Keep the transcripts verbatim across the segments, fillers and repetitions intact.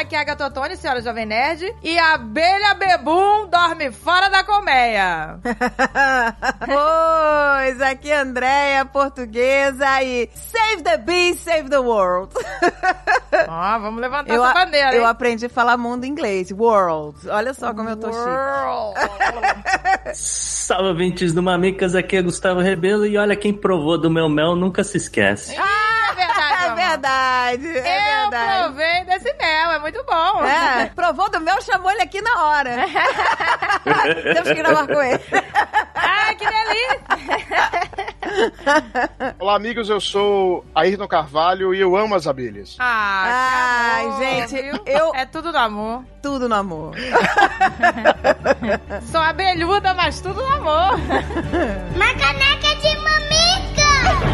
aqui é a Gatotone, senhora Jovem Nerd. E a abelha bebum dorme fora da colmeia. Pois, aqui é a Andréia, portuguesa, e save the bees, save the world. Ó, vamos levantar eu essa bandeira, Eu hein? aprendi a falar mundo em inglês, world. Olha só como eu tô chique. Salve, ouvintes do Mamicas, aqui é Gustavo Rebelo, e olha, quem provou do meu mel nunca se esquece. Ah, é verdade, É verdade, é Eu verdade. provei desse mel, é muito bom. É, provou do meu, chamou ele aqui na hora. Temos que gravar com ele. Ai, que delícia. Olá, amigos, eu sou Ayrton Carvalho e eu amo as abelhas. Ah, Ai, amor, gente, viu? eu- É tudo no amor. Tudo no amor. Sou abelhuda, mas tudo no amor. Uma caneca de mamica!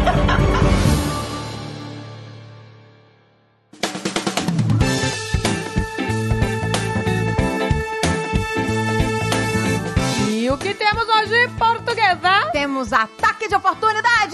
E o que temos hoje, portuguesa? Temos ataque de oportunidade!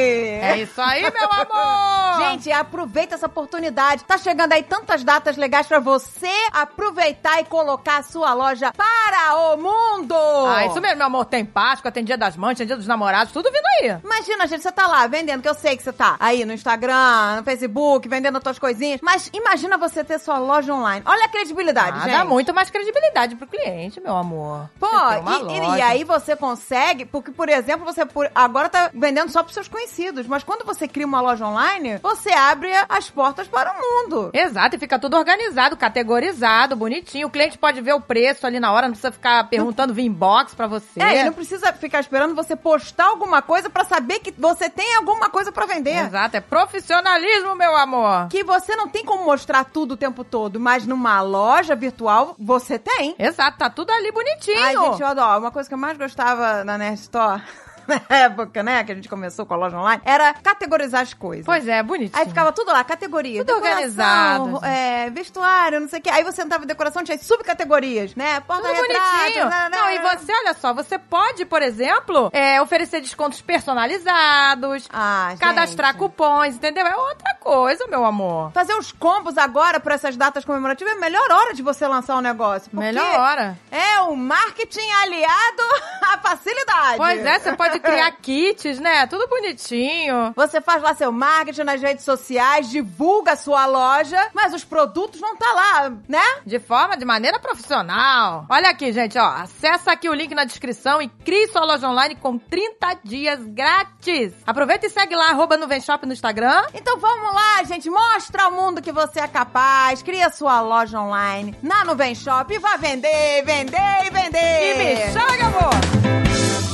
É isso aí, meu amor! Gente, aproveita essa oportunidade. Tá chegando aí tantas datas legais pra você aproveitar e colocar a sua loja para o mundo! Ah, isso mesmo, meu amor. Tem Páscoa, tem Dia das Mães, tem Dia dos Namorados, tudo vindo aí. Imagina, gente, você tá lá vendendo, que eu sei que você tá aí no Instagram, no Facebook, vendendo as tuas coisinhas, mas imagina você ter sua loja online. Olha a credibilidade, Ah, gente. dá muito mais credibilidade pro cliente, meu amor. Pô, Você tem uma e, e- loja. e aí você consegue, porque, por exemplo, você por- agora tá vendendo só pros seus conhecidos, mas quando você cria uma loja online, você abre as portas para o mundo. Exato, e fica tudo organizado, categorizado, bonitinho. O cliente pode ver o preço ali na hora, não precisa ficar perguntando via inbox pra você. É, ele não precisa ficar esperando você postar alguma coisa pra saber que você tem alguma coisa pra vender. Exato, é profissionalismo, meu amor. Que você não tem como mostrar tudo o tempo todo, mas numa loja virtual você tem. Exato, tá tudo ali bonitinho. Ai, gente, eu adoro. Uma coisa que eu mais gostava na Nerd Store, na época, né, que a gente começou com a loja online, era categorizar as coisas. Pois é, bonitinho. Aí ficava tudo lá, categoria, Tudo decoração, organizado. é, vestuário, não sei o quê. Aí você entrava em decoração, tinha as subcategorias, né? Tudo Porta-retrato, bonitinho. né, né, Não, e né. você, olha só, você pode, por exemplo, é, oferecer descontos personalizados, Ah, cadastrar gente. cupons, entendeu? É outra coisa, meu amor. Fazer os combos agora pra essas datas comemorativas é a melhor hora de você lançar um negócio. porque Melhor hora. É o marketing aliado à facilidade. Pois é, você pode criar kits, né? Tudo bonitinho. Você faz lá seu marketing nas redes sociais, divulga a sua loja, mas os produtos vão estar lá, né? De forma, de maneira profissional. Olha aqui, gente, ó. Acessa aqui o link na descrição e crie sua loja online com trinta dias grátis. Aproveita e segue lá, arroba Nuvenshop no Instagram. Então vamos lá, gente, mostra ao mundo que você é capaz, cria sua loja online na Nuvem Shop e vá vender, vender e vender. E me chama, amor!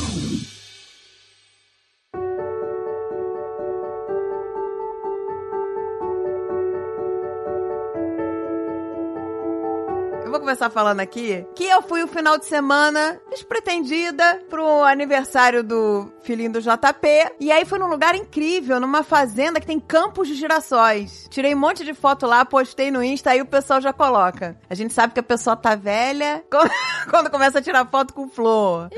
Eu vou começar falando aqui que eu fui o final de semana despretendida pro aniversário do filhinho do J P. E aí foi num lugar incrível, numa fazenda que tem campos de girassóis. Tirei um monte de foto lá, postei no Insta, aí o pessoal já coloca. A gente sabe que a pessoa tá velha quando, quando começa a tirar foto com flor.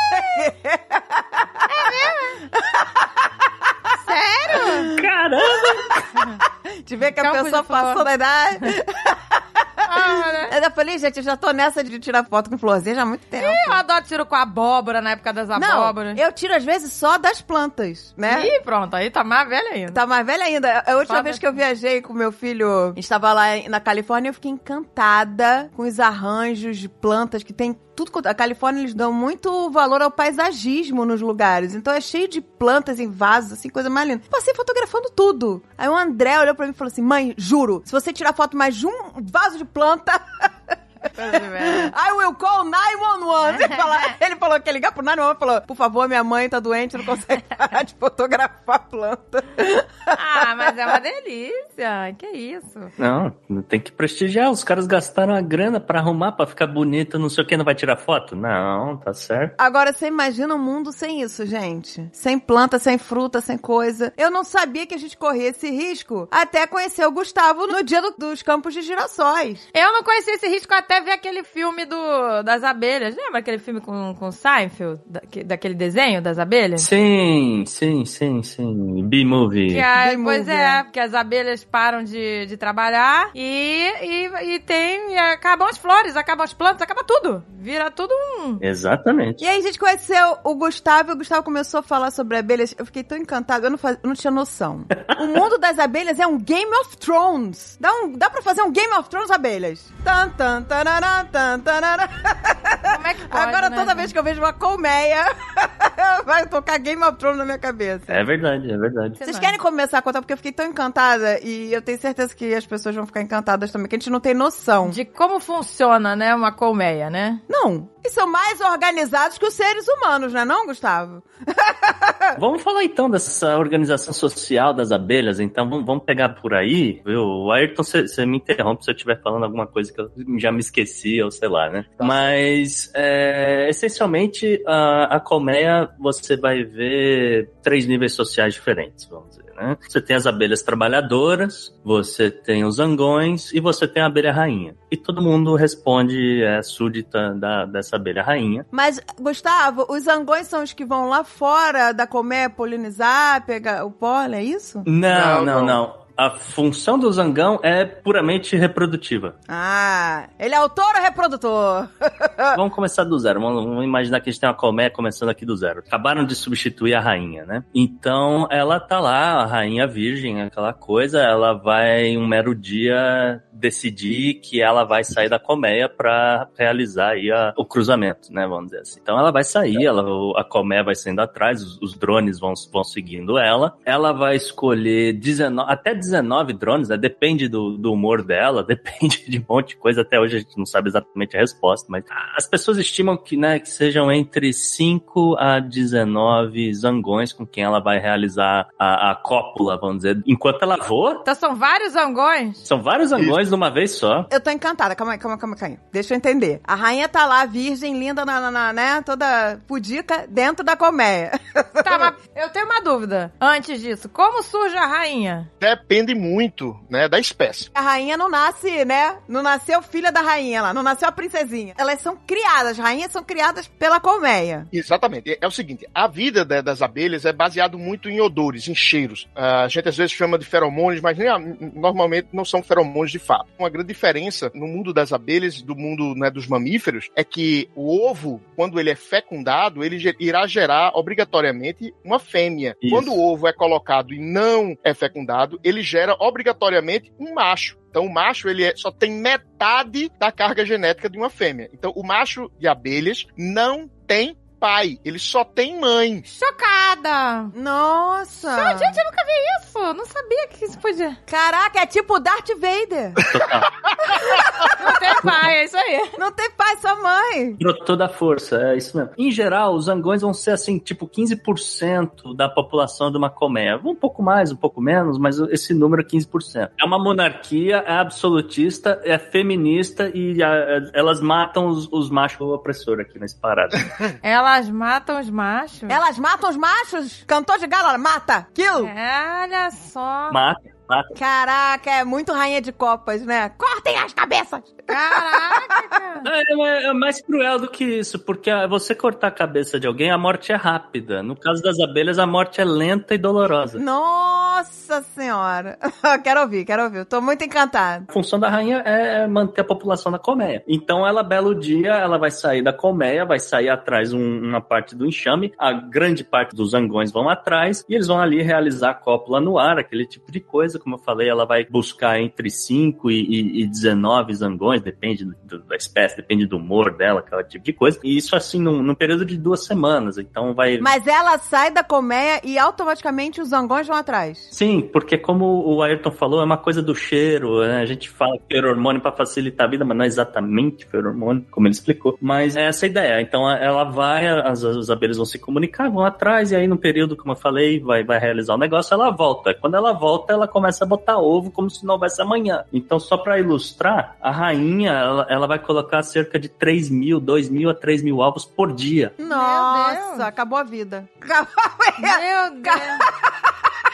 Sério? Caramba! De ver que a Campo de pessoa flor. passou da idade. Ah, né? Aí eu falei, gente, eu já tô nessa de tirar foto com florzinha já há muito tempo. Eu adoro tiro com abóbora na época das Não, abóboras. eu tiro às vezes só das plantas, né? Ih, pronto, aí tá mais velha ainda. Tá mais velha ainda. A última Só vez das- que eu viajei com meu filho, a gente tava lá na Califórnia, eu fiquei encantada com os arranjos de plantas que tem tudo. quanto- A Califórnia, eles dão muito valor ao paisagismo nos lugares. Então é cheio de plantas em vasos, assim, coisa mais linda. Passei fotografando tudo. Aí o André olhou pra mim e falou assim: mãe, juro, se você tirar foto mais de um vaso de planta. I will call nove um um. Ele falou, ele falou que ia ligar pro nove um um e falou: por favor, minha mãe tá doente, não consegue parar de fotografar a planta. Ah, mas é uma delícia. Que isso? Não, tem que prestigiar. Os caras gastaram a grana pra arrumar, pra ficar bonito, não sei o que, não vai tirar foto? Não, tá certo. Agora, você imagina um mundo sem isso, gente? Sem planta, sem fruta, sem coisa. Eu não sabia que a gente corria esse risco até conhecer o Gustavo no dia do- dos campos de girassóis. Eu não conheci esse risco até até ver aquele filme do, das abelhas. Lembra aquele filme com, com Seinfeld? Da, que, daquele desenho das abelhas? Sim, sim, sim, sim. B-movie. Que a, B-movie, pois é, porque as abelhas param de, de trabalhar e, e, e tem... E acabam as flores, acabam as plantas, acaba tudo. Vira tudo um... Exatamente. E aí a gente conheceu o Gustavo, e o Gustavo começou a falar sobre abelhas. Eu fiquei tão encantada, eu não, faz, eu não tinha noção. O mundo das abelhas é um Game of Thrones. Dá, um, dá pra fazer um Game of Thrones abelhas. Tan, tan, tarará, tan, tarará. Como é que pode, Agora, né, toda gente? vez que eu vejo uma colmeia, vai tocar Game of Thrones na minha cabeça. É verdade, é verdade. Vocês querem começar a contar? Porque eu fiquei tão encantada e eu tenho certeza que as pessoas vão ficar encantadas também, que a gente não tem noção. De como funciona, né, uma colmeia, né? Não, eles são mais organizados que os seres humanos, não é não, Gustavo? Vamos falar então dessa organização social das abelhas, então vamos, vamos pegar por aí, viu? O Ayrton, você me interrompe se eu estiver falando alguma coisa que eu já me esqueci, ou sei lá, né? Mas, é, essencialmente, a, a colmeia, você vai ver três níveis sociais diferentes, vamos dizer, né? Você tem as abelhas trabalhadoras, você tem os zangões e você tem a abelha rainha. E todo mundo responde, é súdita da, dessa abelha rainha. Mas, Gustavo, os zangões são os que vão lá fora da colmeia polinizar, pegar o pólen, é isso? Não, Não, não, não. não. A função do zangão é puramente reprodutiva. Ah, ele é autor ou reprodutor? Vamos começar do zero. Vamos, vamos imaginar que a gente tem uma colmeia começando aqui do zero. Acabaram de substituir a rainha, né? Então, ela tá lá, a rainha virgem, aquela coisa, ela vai um mero dia decidir que ela vai sair da colmeia para realizar aí a, o cruzamento, né? Vamos dizer assim. Então, ela vai sair, ela, a colmeia vai saindo atrás, os, os drones vão, vão seguindo ela. Ela vai escolher dezenove, até dezenove drones, né? Depende do, do humor dela, depende de um monte de coisa. Até hoje a gente não sabe exatamente a resposta, mas as pessoas estimam que, né, que sejam entre cinco a dezenove zangões com quem ela vai realizar a, a cópula, vamos dizer, enquanto ela voa. Então são vários zangões? São vários zangões de uma vez só. Eu tô encantada, calma aí, calma, calma, calma. Deixa eu entender. A rainha tá lá, virgem, linda, na, na, na, né, toda pudica, dentro da colmeia. Tá, mas eu tenho uma dúvida. Antes disso, como surge a rainha? Depende muito, né, da espécie. A rainha não nasce, né? Não nasceu filha da rainha lá, não nasceu a princesinha. Elas são criadas, as rainhas são criadas pela colmeia. Exatamente. É o seguinte, a vida de, das abelhas é baseado muito em odores, em cheiros. A gente às vezes chama de feromônios, mas nem, normalmente não são feromônios de fato. Uma grande diferença no mundo das abelhas, do mundo, né, dos mamíferos, é que o ovo, quando ele é fecundado, ele irá gerar obrigatoriamente uma fêmea. Isso. Quando o ovo é colocado e não é fecundado, ele gera obrigatoriamente um macho. Então, o macho, ele é, só tem metade da carga genética de uma fêmea. Então, o macho de abelhas não tem pai, ele só tem mãe. Chocada! Nossa! Ah, gente, eu nunca vi isso. Não sabia que isso podia. Caraca, é tipo Darth Vader. Não tem pai, é isso aí. Não tem pai, só mãe. Brotou da força, é isso mesmo. Em geral, os zangões vão ser assim, tipo quinze por cento da população de uma colmeia. Um pouco mais, um pouco menos, mas esse número é quinze por cento. É uma monarquia, é absolutista, é feminista e a, elas matam os, os machos opressores aqui nesse parada. Elas matam os machos? Elas matam os machos? Cantor de galo, mata! Kill! É, olha só. Mata. Mata. Caraca, é muito rainha de copas, né? Cortem as cabeças! Caraca, cara. É, é mais cruel do que isso, porque você cortar a cabeça de alguém, a morte é rápida. No caso das abelhas, a morte é lenta e dolorosa. Nossa senhora! Quero ouvir, quero ouvir. Eu tô muito encantada. A função da rainha é manter a população na colmeia. Então, ela, belo dia, ela vai sair da colmeia, vai sair atrás um, uma parte do enxame, a grande parte dos zangões vão atrás, e eles vão ali realizar a cópula no ar, aquele tipo de coisa. Como eu falei, ela vai buscar entre cinco e dezenove zangões, depende do, da espécie, depende do humor dela, aquele tipo de coisa. E isso assim, num, num período de duas semanas. Então vai... Mas ela sai da colmeia e automaticamente os zangões vão atrás. Sim, porque como o Ayrton falou, é uma coisa do cheiro, né? A gente fala feromônio para facilitar a vida, mas não é exatamente feromônio, como ele explicou. Mas é essa a ideia. Então ela vai, as, as abelhas vão se comunicar, vão atrás, e aí no período, como eu falei, vai, vai realizar o negócio, ela volta. Quando ela volta, ela começa a botar ovo como se não houvesse amanhã. Então, só para ilustrar, a rainha, ela, ela vai colocar cerca de três mil, dois mil a três mil ovos por dia. Nossa, acabou a vida. Acabou a vida. Meu Deus.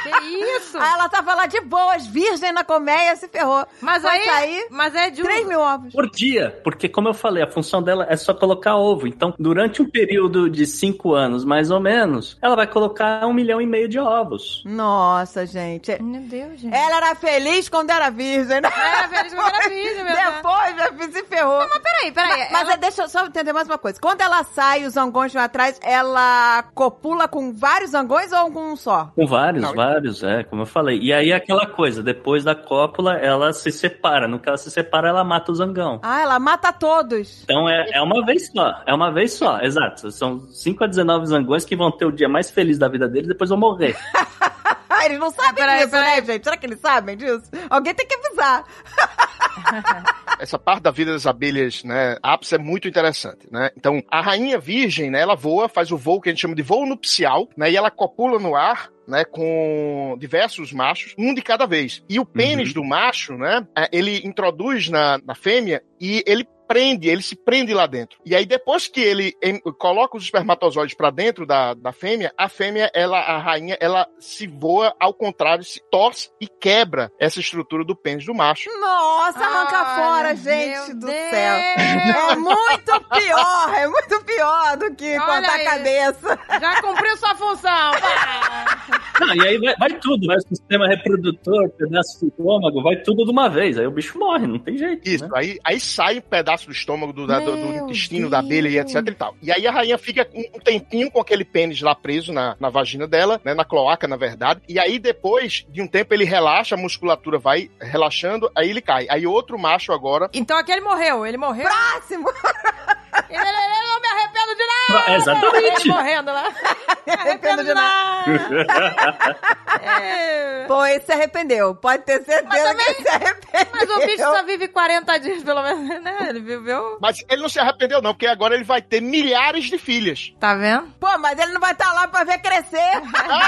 Que isso? Aí ela tava lá de boas, virgem na colmeia, se ferrou. Mas Vai aí, sair mas é de um... três mil ovos. Por dia, porque como eu falei, a função dela é só colocar ovo. Então, durante um período de cinco anos, mais ou menos, ela vai colocar um milhão e meio de ovos. Nossa, gente. Meu Deus, gente. Ela era feliz quando era virgem, né? Era feliz quando era virgem, meu Deus. Depois, minha filha, se ferrou. Não, mas peraí, peraí. Mas, mas ela... é, deixa eu só entender mais uma coisa. Quando ela sai e os zangões vão atrás, ela copula com vários zangões ou com um só? Com vários, Não. vários, é, como eu falei. E aí aquela coisa, depois da cópula, ela se separa. No que ela se separa, ela mata o zangão. Ah, ela mata todos. Então é, é uma vez só, é uma vez só, exato. São cinco a dezenove zangões que vão ter o dia mais feliz da vida deles, depois vão morrer. Eles não sabem peraí, disso, peraí. né, gente? Será que eles sabem disso? Alguém tem que avisar. Essa parte da vida das abelhas, né, ápice é muito interessante, né? Então, a rainha virgem, né, ela voa, faz o voo que a gente chama de voo nupcial, né, e ela copula no ar, né, com diversos machos, um de cada vez. E o pênis Uhum. do macho, né, ele introduz na, na fêmea e ele prende, ele se prende lá dentro. E aí, depois que ele em, coloca os espermatozoides pra dentro da, da fêmea, a fêmea, ela, a rainha, ela se voa ao contrário, se torce e quebra essa estrutura do pênis do macho. Nossa, arranca Ai, fora, meu gente do Deus. céu. É muito pior, é muito pior do que Olha cortar aí. a cabeça. Já cumpriu sua função. Pá. Não, e aí vai, vai tudo, vai o sistema reprodutor, pedaço do estômago, vai tudo de uma vez. Aí o bicho morre, não tem jeito. Isso, né? aí, aí sai um pedaço do estômago, do, da- do, do Meu intestino Deus. da abelha e etc e tal. E aí a rainha fica um tempinho com aquele pênis lá preso na, na vagina dela, né, na cloaca, na verdade. E aí depois de um tempo ele relaxa, a musculatura vai relaxando, aí ele cai. Aí outro macho agora... Então aquele morreu, ele morreu. Próximo. Ele, ele, ele não me arrependo de nada. Exatamente. Ele morrendo lá. Me arrependo de nada. É. Pô, esse se arrependeu. Pode ter certeza também- que ele se arrependeu. Mas o bicho só vive quarenta dias, pelo menos, né? Ele viveu... Mas ele não se arrependeu não, porque agora ele vai ter milhares de filhas. Tá vendo? Pô, mas ele não vai estar lá pra ver crescer.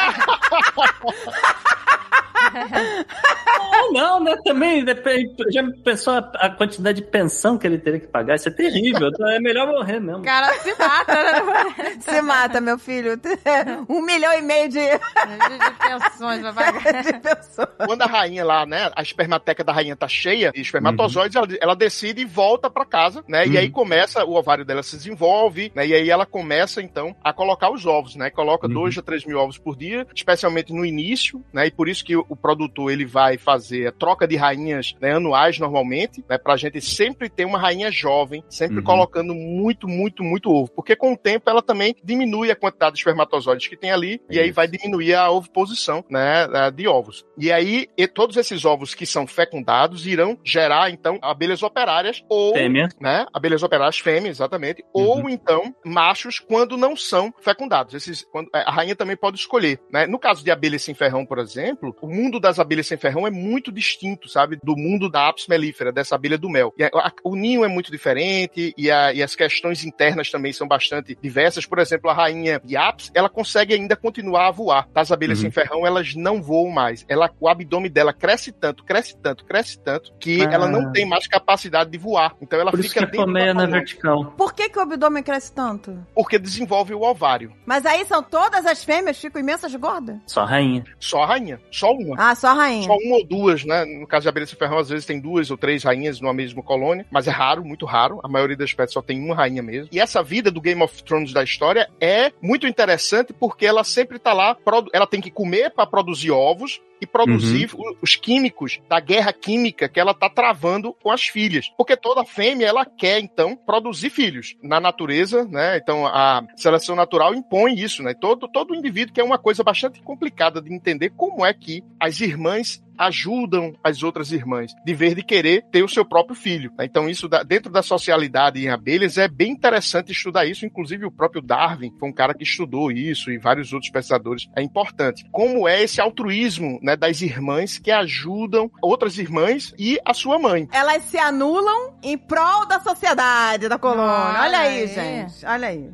Não, não, né? Também, depende, já pensou a, a quantidade de pensão que ele teria que pagar? Isso é terrível. Então é melhor morrer mesmo. O cara se mata, né? Se mata, meu filho. Um milhão e meio de, De, de pensões pra pagar. de pessoas. Quando a rainha lá, né, a espermateca da rainha tá cheia de espermatozoides, ela, ela decide e volta pra casa, né, Uhum. e aí começa, o ovário dela se desenvolve, né, e aí ela começa, então, a colocar os ovos, né, coloca Uhum. dois a três mil ovos por dia, especialmente no início, né, e por isso que o, o produtor, ele vai fazer a troca de rainhas, né, anuais, normalmente, né, pra gente sempre ter uma rainha jovem, sempre Uhum. colocando muito, muito, muito ovo, porque com o tempo ela também diminui a quantidade de espermatozoides que tem ali, e aí Isso. vai diminuir a oviposição, né, de ovos. E aí, e todos esses ovos que são fecundados irão gerar, então, abelhas operárias ou, Fêmea. né, abelhas operárias fêmeas, exatamente, Uhum. ou então machos quando não são fecundados. Esses, quando, a rainha também pode escolher, né? No caso de abelhas sem ferrão, por exemplo, o mundo das abelhas sem ferrão é muito distinto, sabe, do mundo da Apis mellifera, dessa abelha do mel. E a, a, o ninho é muito diferente e, a, e as questões internas também são bastante diversas. Por exemplo, a rainha de Apis, ela consegue ainda continuar a voar. Das abelhas Uhum. sem ferrão, elas não voam mais. Ela, o abdômen dela cresce tanto, cresce tanto, cresce tanto, que Ah. ela não tem mais capacidade de voar. Então ela Por isso que fica a dentro colmeia da não é colônia, vertical. Por que, que o abdômen cresce tanto? porque desenvolve o ovário. Mas aí são todas as fêmeas ficam imensas gordas? Só a rainha. Só a rainha, só uma. Ah, só a rainha. Só uma ou duas, né? No caso de abelha sem ferrão, às vezes tem duas ou três rainhas numa mesma colônia, mas é raro, muito raro. A maioria das espécies só tem uma rainha mesmo. E essa vida do Game of Thrones da história é muito interessante porque ela sempre tá lá, produ- ela tem que comer para produzir ovos e produzir o- os químicos da guerra química que ela tá travando com as filhas. Porque toda fêmea, ela quer, então, produzir filhos. Na natureza, né? Então, a seleção natural impõe isso, né? Todo, todo indivíduo, que é uma coisa bastante complicada de entender como é que as irmãs ajudam as outras irmãs, de vez de querer ter o seu próprio filho. Né? Então, isso da, dentro da socialidade em abelhas é bem interessante estudar isso. Inclusive, o próprio Darwin foi um cara que estudou isso e vários outros pesquisadores. É importante. Como é esse altruísmo, né, das irmãs que ajudam outras irmãs e a sua mãe. Elas se anulam em prol da sociedade, da colônia. Olha, Olha aí, aí. gente. Olha aí.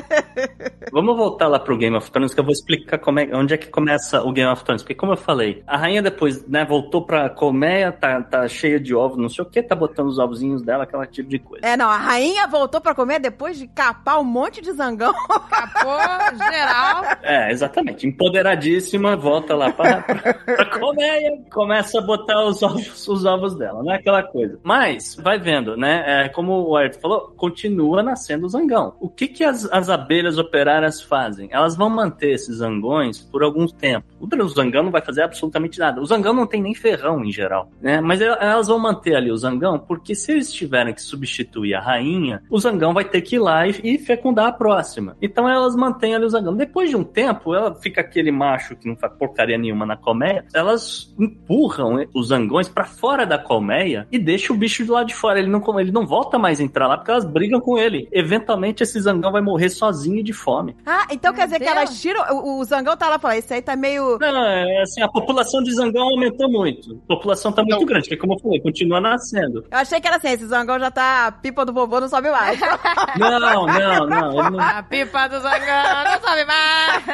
Vamos voltar lá pro Game of Thrones, que eu vou explicar como é, onde é que começa o Game of Thrones. Porque, como eu falei, a rainha depois, né, voltou pra colmeia, tá, tá cheia de ovos, não sei o que, tá botando os ovozinhos dela, aquela tipo de coisa. É, não, a rainha voltou pra comer depois de capar um monte de zangão. Capô geral. É, exatamente. Empoderadíssima, volta lá pra, pra, pra colmeia, começa a botar os ovos, os ovos dela, não é aquela coisa. Mas, vai vendo, né, é, como o Ayrton falou, continua nascendo o zangão. O que que as, as abelhas operárias fazem? Elas vão manter esses zangões por algum tempo. O zangão não vai fazer absolutamente nada. O zangão não tem nem ferrão, em geral, né, mas elas vão manter ali o zangão, porque se eles tiverem que substituir a rainha, o zangão vai ter que ir lá e, e fecundar a próxima. Então elas mantêm ali o zangão. Depois de um tempo, ela fica aquele macho que não faz porcaria nenhuma na colmeia, elas empurram os zangões pra fora da colmeia e deixam o bicho do lado de fora. Ele não, ele não volta mais a entrar lá porque elas brigam com ele. Eventualmente esse zangão vai morrer sozinho de fome. Ah, então Meu quer dizer Deus. que elas tiram... O, o zangão tá lá e fala, esse aí tá meio... Não, é assim, a população de zangão aumentou muito. A população tá muito Não. grande, que como eu falei, continua nascendo. Eu achei que era assim, esse zangão já tá... A pipa do vovô não sobe mais. Não, não, não. Ele não... A pipa do zangão não sobe mais.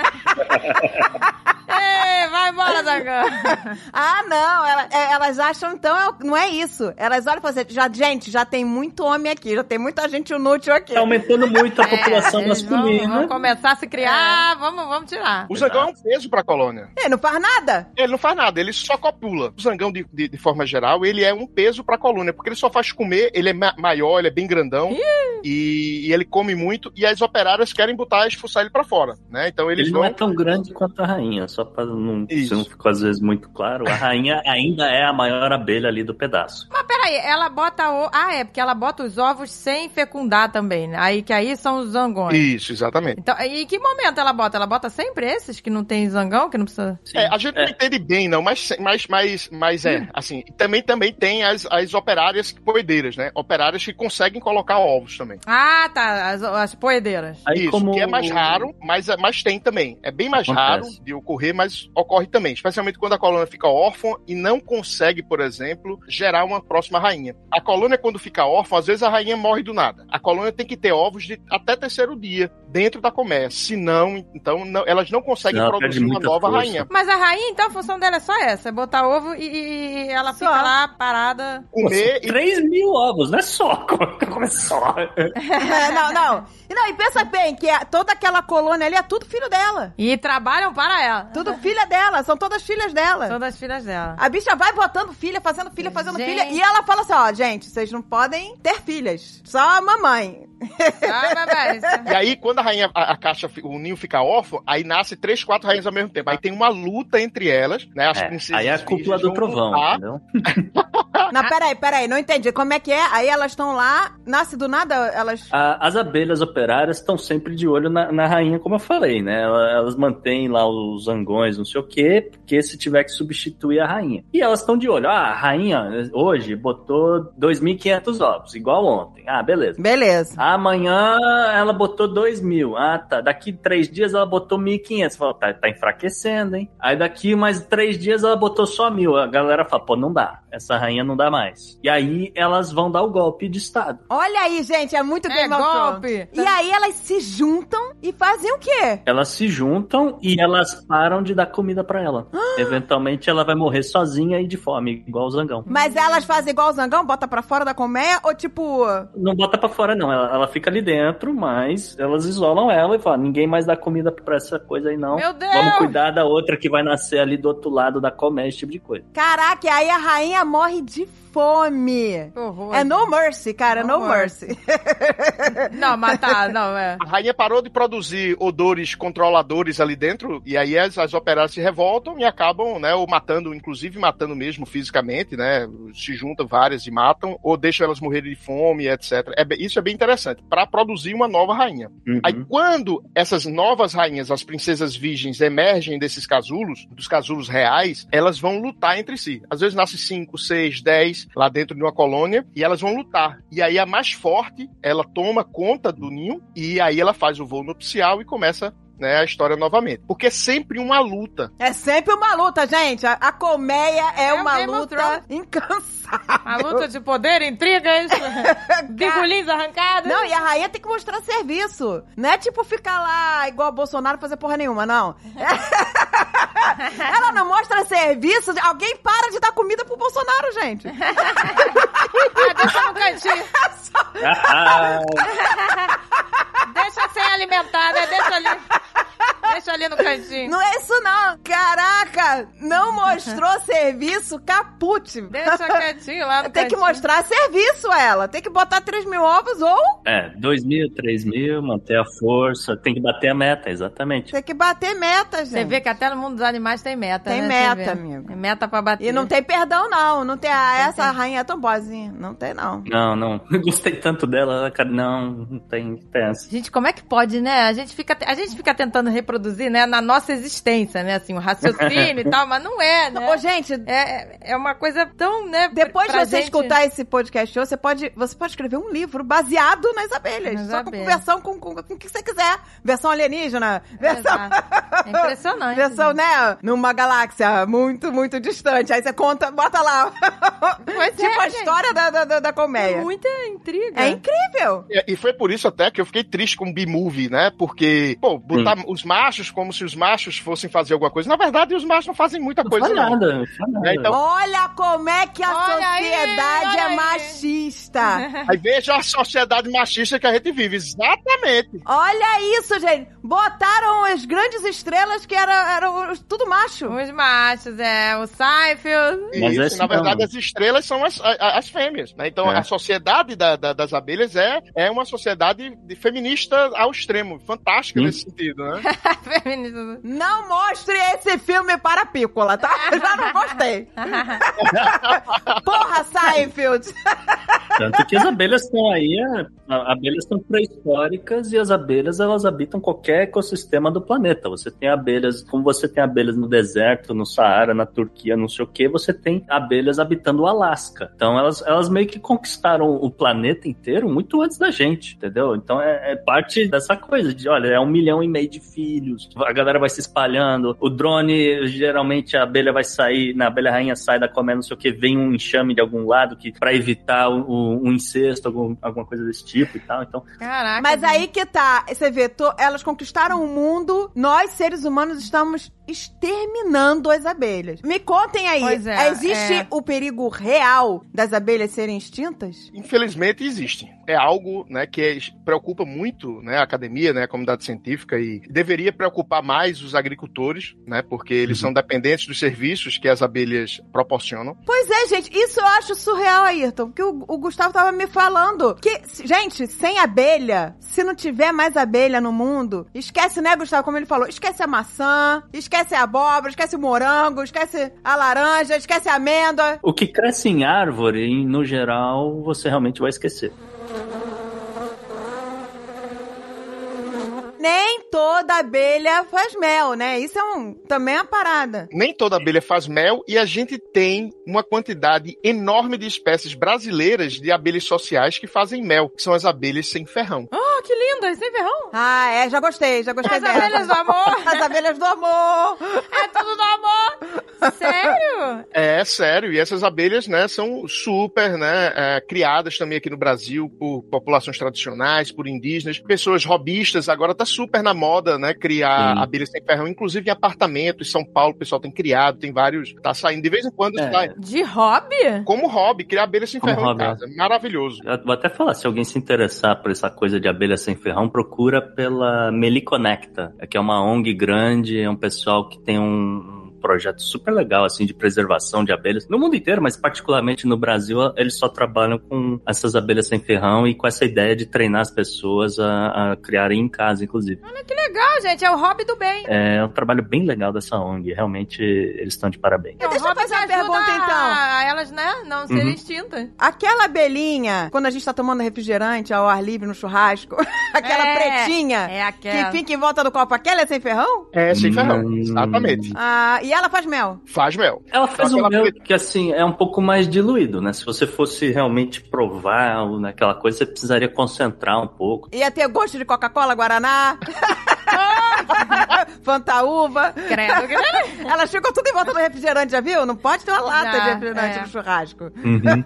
Ei, vai embora, zangão. Ah, não, ela- é, elas acham, então, é- não é isso. Elas olham e falam assim, já, gente, já tem muito homem aqui, já tem muita gente inútil aqui. Tá aumentando muito a população É, eles vão, masculina. vão começar a se criar, vamos, vamos tirar. O zangão é um peso pra colônia. Ele não faz nada. Ele não faz nada, ele só copula. O zangão, de, de, de forma geral, ele é um peso pra colônia, porque ele só faz comer, ele é ma- maior, ele é bem grandão, e, e ele come muito, e as operárias querem botar, expulsar ele pra fora, né? Então eles Ele vão... não é tão grande quanto a rainha, só pra não, Isso. se não ficou às vezes muito claro. A rainha ainda é a maior abelha ali do pedaço. Mas peraí, ela bota o... Ah, é, porque ela bota os ovos sem fecundar também, né? Aí que aí são os zangões. Isso, exatamente. Então, e em que momento ela bota? Ela bota sempre esses que não tem zangão, que não precisa... Sim. É, a gente não entende bem, não, mas, mas, mas, mas é, assim, também, também tem as, as operárias poedeiras, né? Operárias que conseguem colocar ovos também. Ah, tá, as, as poedeiras. Aí, Isso, como que é mais raro, mas, mas tem também. É bem mais Acontece. raro de ocorrer, mas ocorre também. Especialmente quando a colônia fica órfã e não consegue, por exemplo, gerar uma próxima rainha. A colônia, quando fica órfã, às vezes a rainha morre do nada. A colônia tem que ter ovos de até terceiro dia dentro da colmeia. Senão, então, não- elas não conseguem Senão ela produzir perde uma muita nova força. rainha. Mas a rainha, então, a função dela é só essa, é botar ovo e, e- e ela Só. fica lá parada. Comer e três mil ovos, não é só. Como é só? É, não, não. E não, e pensa bem que é- toda aquela colônia ali é tudo filho dela. E trabalham para ela. Tudo filha dela, são todas filhas dela. Todas as filhas dela. A bicha vai botando filha, fazendo filha, fazendo Gente. filha. E ela fala assim, ó, gente, vocês não podem ter filhas. Só a mamãe. Ah, babéis. E aí, quando a rainha, a, a caixa, fi- o ninho fica órfão, aí nasce três, quatro rainhas ao mesmo tempo. Aí tem uma luta entre elas, né? As É, princesas aí é a cúpula virgens do vão trovão, lutar. entendeu? Não, peraí, peraí, não entendi. Como é que é? Aí elas estão lá, nasce do nada, elas... A- as abelhas operárias estão sempre de olho na, na rainha, como eu falei, né? Ela- Elas mantêm lá os zangões, não sei o quê, porque se tiver que substituir a rainha. E elas estão de olho. Ah, a rainha hoje botou dois mil e quinhentos ovos, igual ontem. Ah, beleza. Beleza. Amanhã ela botou dois mil. Ah, tá. Daqui três dias ela botou mil e quinhentos. Fala, tá, tá enfraquecendo, hein? Aí daqui mais três dias ela botou só mil. A galera fala, pô, não dá. Essa rainha não dá mais. E aí elas vão dar o golpe de estado. Olha aí, gente, é muito É Game of Thrones. golpe. E aí elas se juntam e fazem o quê? Elas se juntam e elas param de dar comida pra ela. Eventualmente ela vai morrer sozinha e de fome, igual o zangão. Mas elas fazem igual o zangão, bota pra fora da colmeia, ou tipo... Não bota pra fora, não. Ela, ela fica ali dentro, mas elas isolam ela e falam, ninguém mais dá comida pra essa coisa aí, não. Meu Deus! Vamos cuidar da outra que vai nascer ali do outro lado da colmeia, esse tipo de coisa. Caraca, e aí a rainha morre de fome. Que horror. É no mercy, cara, No no mercy. Não, mas tá, não, é. A rainha parou de produzir odores controladores ali dentro, e aí as, as operárias se revoltam e acabam, né, ou matando, inclusive matando mesmo fisicamente, né, se juntam várias e matam, ou deixam elas morrerem de fome, etcétera. É, bem- isso é bem interessante, para produzir uma nova rainha. Uhum. Aí quando essas novas rainhas, as princesas virgens, emergem desses casulos, dos casulos reais, elas vão lutar entre si. Às vezes nasce cinco, seis, dez lá dentro de uma colônia, e elas vão lutar. E aí a mais forte, ela toma conta do ninho, e aí ela faz o voo nupcial e começa, né, a história novamente. Porque é sempre uma luta. É sempre uma luta, gente. A, a colmeia é, É o uma Game of luta Thrones. incansável. A luta de poder, intrigas, bigolinhos arrancados. Não, e a rainha tem que mostrar serviço. Não é tipo ficar lá igual o Bolsonaro fazer porra nenhuma, não. Ela não mostra serviço. Alguém para de dar comida pro Bolsonaro, gente. Ah, deixa no cantinho. Deixa sem alimentar, né? Deixa ali. Deixa ali no cantinho. Não é isso, não. Caraca, não mostrou serviço, caput. Deixa quietinho lá no Tem cantinho. que mostrar serviço, ela. Tem que botar três mil ovos ou... É, dois mil, três mil, manter a força, tem que bater a meta, exatamente. Tem que bater meta, gente. Você vê que até no mundo dos animais tem meta, Tem né? meta, Você vê. amigo. Tem meta pra bater. E não tem perdão, não. Não tem, ah, Tem, essa tem. rainha é tão boazinha. Não tem, não. Não, não, não gostei tanto dela, cara, não, não tem peça. Gente, como é que pode, né? A gente fica, a gente fica tentando reproduzir, né, na nossa existência, né? Assim, o raciocínio e tal, mas não é, né? Ô, gente, É, é uma coisa tão, né? depois de pra você gente... escutar esse podcast, você pode, você pode escrever um livro baseado nas abelhas. Nas só abelhas. com versão com, com, com o que você quiser. Versão alienígena. Versão... Exato. É impressionante. Versão, né? Numa galáxia muito, muito distante. Aí você conta, bota lá. Pois tipo é, a gente. história da, da, da, da colmeia. Muita intriga. É incrível. E, e foi por isso até que eu fiquei triste com o B-Movie, né? Porque, pô, botar os machos como se os machos fossem fazer alguma coisa. Na verdade, os machos não fazem muita Não coisa, faz não. nada, não faz nada. É, então- Olha como é que a Olha aí, sociedade olha é aí. machista. Aí veja a sociedade machista que a gente vive. Exatamente. Olha isso, gente. Botaram as grandes estrelas que eram, eram tudo macho. Os machos, é. O Seinfeld. Mas Isso, é assim na verdade, mesmo. as estrelas são as, a- as fêmeas, né? Então, É. a sociedade da- da- das abelhas é, é uma sociedade de feminista ao extremo. Fantástica Sim. nesse sentido, né? Feminista. Não mostre esse filme para a Pícola, tá? Já não gostei. Porra, Seinfeld. Tanto que as abelhas estão aí, a- a- abelhas são pré-históricas e as abelhas, elas habitam qualquer ecossistema do planeta. Você tem abelhas, como você tem abelhas no deserto, no Saara, na Turquia, não sei o que, você tem abelhas habitando o Alasca. Então elas, elas meio que conquistaram o planeta inteiro muito antes da gente, entendeu? Então é, é parte dessa coisa de, olha, é um milhão e meio de filhos, a galera vai se espalhando, o drone, geralmente a abelha vai sair, na abelha rainha sai da colmeia, não sei o que, vem um enxame de algum lado que para evitar o, o, um incesto, algum, alguma coisa desse tipo e tal, então... Caraca. Mas gente. aí que tá, você vê, to- elas conquistaram o mundo, nós, seres humanos, estamos exterminando as abelhas. Me contem aí, Pois é, existe é. o perigo real das abelhas serem extintas? Infelizmente existe. É algo, né, que é- preocupa muito, né, a academia, né, a comunidade científica, e deveria preocupar mais os agricultores, né, porque eles Uhum. são dependentes dos serviços que as abelhas proporcionam. Pois é, gente, isso eu acho surreal, Ayrton, porque o, o Gustavo tava me falando que, gente, sem abelha, se não tiver mais abelha no mundo, esquece, né, Gustavo, como ele falou, esquece a maçã, esquece a abóbora, esquece o morango, esquece a laranja, esquece a amêndoa. O que cresce em árvore, no geral, você realmente vai esquecer. Nem toda abelha faz mel, né? Isso é um, também é uma parada. Nem toda abelha faz mel e a gente tem uma quantidade enorme de espécies brasileiras de abelhas sociais que fazem mel, que são as abelhas sem ferrão. Oh, que linda, sem ferrão. Ah, é, já gostei, já gostei As dela. abelhas do amor. As abelhas do amor. É tudo do amor. Sério? É, sério, e essas abelhas, né, são super, né, é, criadas também aqui no Brasil por populações tradicionais, por indígenas, pessoas robistas, agora tá super na moda, né, criar Sim. abelhas sem ferrão, inclusive em apartamentos, em São Paulo o pessoal tem criado, tem vários, tá saindo, de vez em quando É. sai. De hobby? Como hobby, criar abelhas sem Como ferrão hobby, em casa, maravilhoso. Eu vou até falar, se alguém se interessar por essa coisa de abelha sem ferrão, procura pela Meliconecta, que é uma O N G grande, é um pessoal que tem um projeto super legal, assim, de preservação de abelhas. No mundo inteiro, mas particularmente no Brasil, eles só trabalham com essas abelhas sem ferrão e com essa ideia de treinar as pessoas a, a criarem em casa, inclusive. Olha que legal, gente. É o hobby do bem. É um trabalho bem legal dessa O N G, realmente eles estão de parabéns. É um Deixa eu hobby fazer que uma pergunta, ajuda então. a elas, né, não serem Uhum. extintas. Aquela abelhinha, quando a gente tá tomando refrigerante ao ar livre no churrasco, aquela É, pretinha É aquela. que fica em volta do copo, aquela é sem ferrão? É, sem ferrão, Hum. exatamente. Ah, e ela faz mel. Faz mel. Ela faz Aquela um mel pre- que, assim, é um pouco mais diluído, né? Se você fosse realmente provar naquela coisa, você precisaria concentrar um pouco. Ia ter gosto de Coca-Cola, Guaraná. fantaúva. Credo, credo. Elas ficam tudo em volta do refrigerante, já viu? Não pode ter uma lata Já, de refrigerante é. no churrasco. Uhum.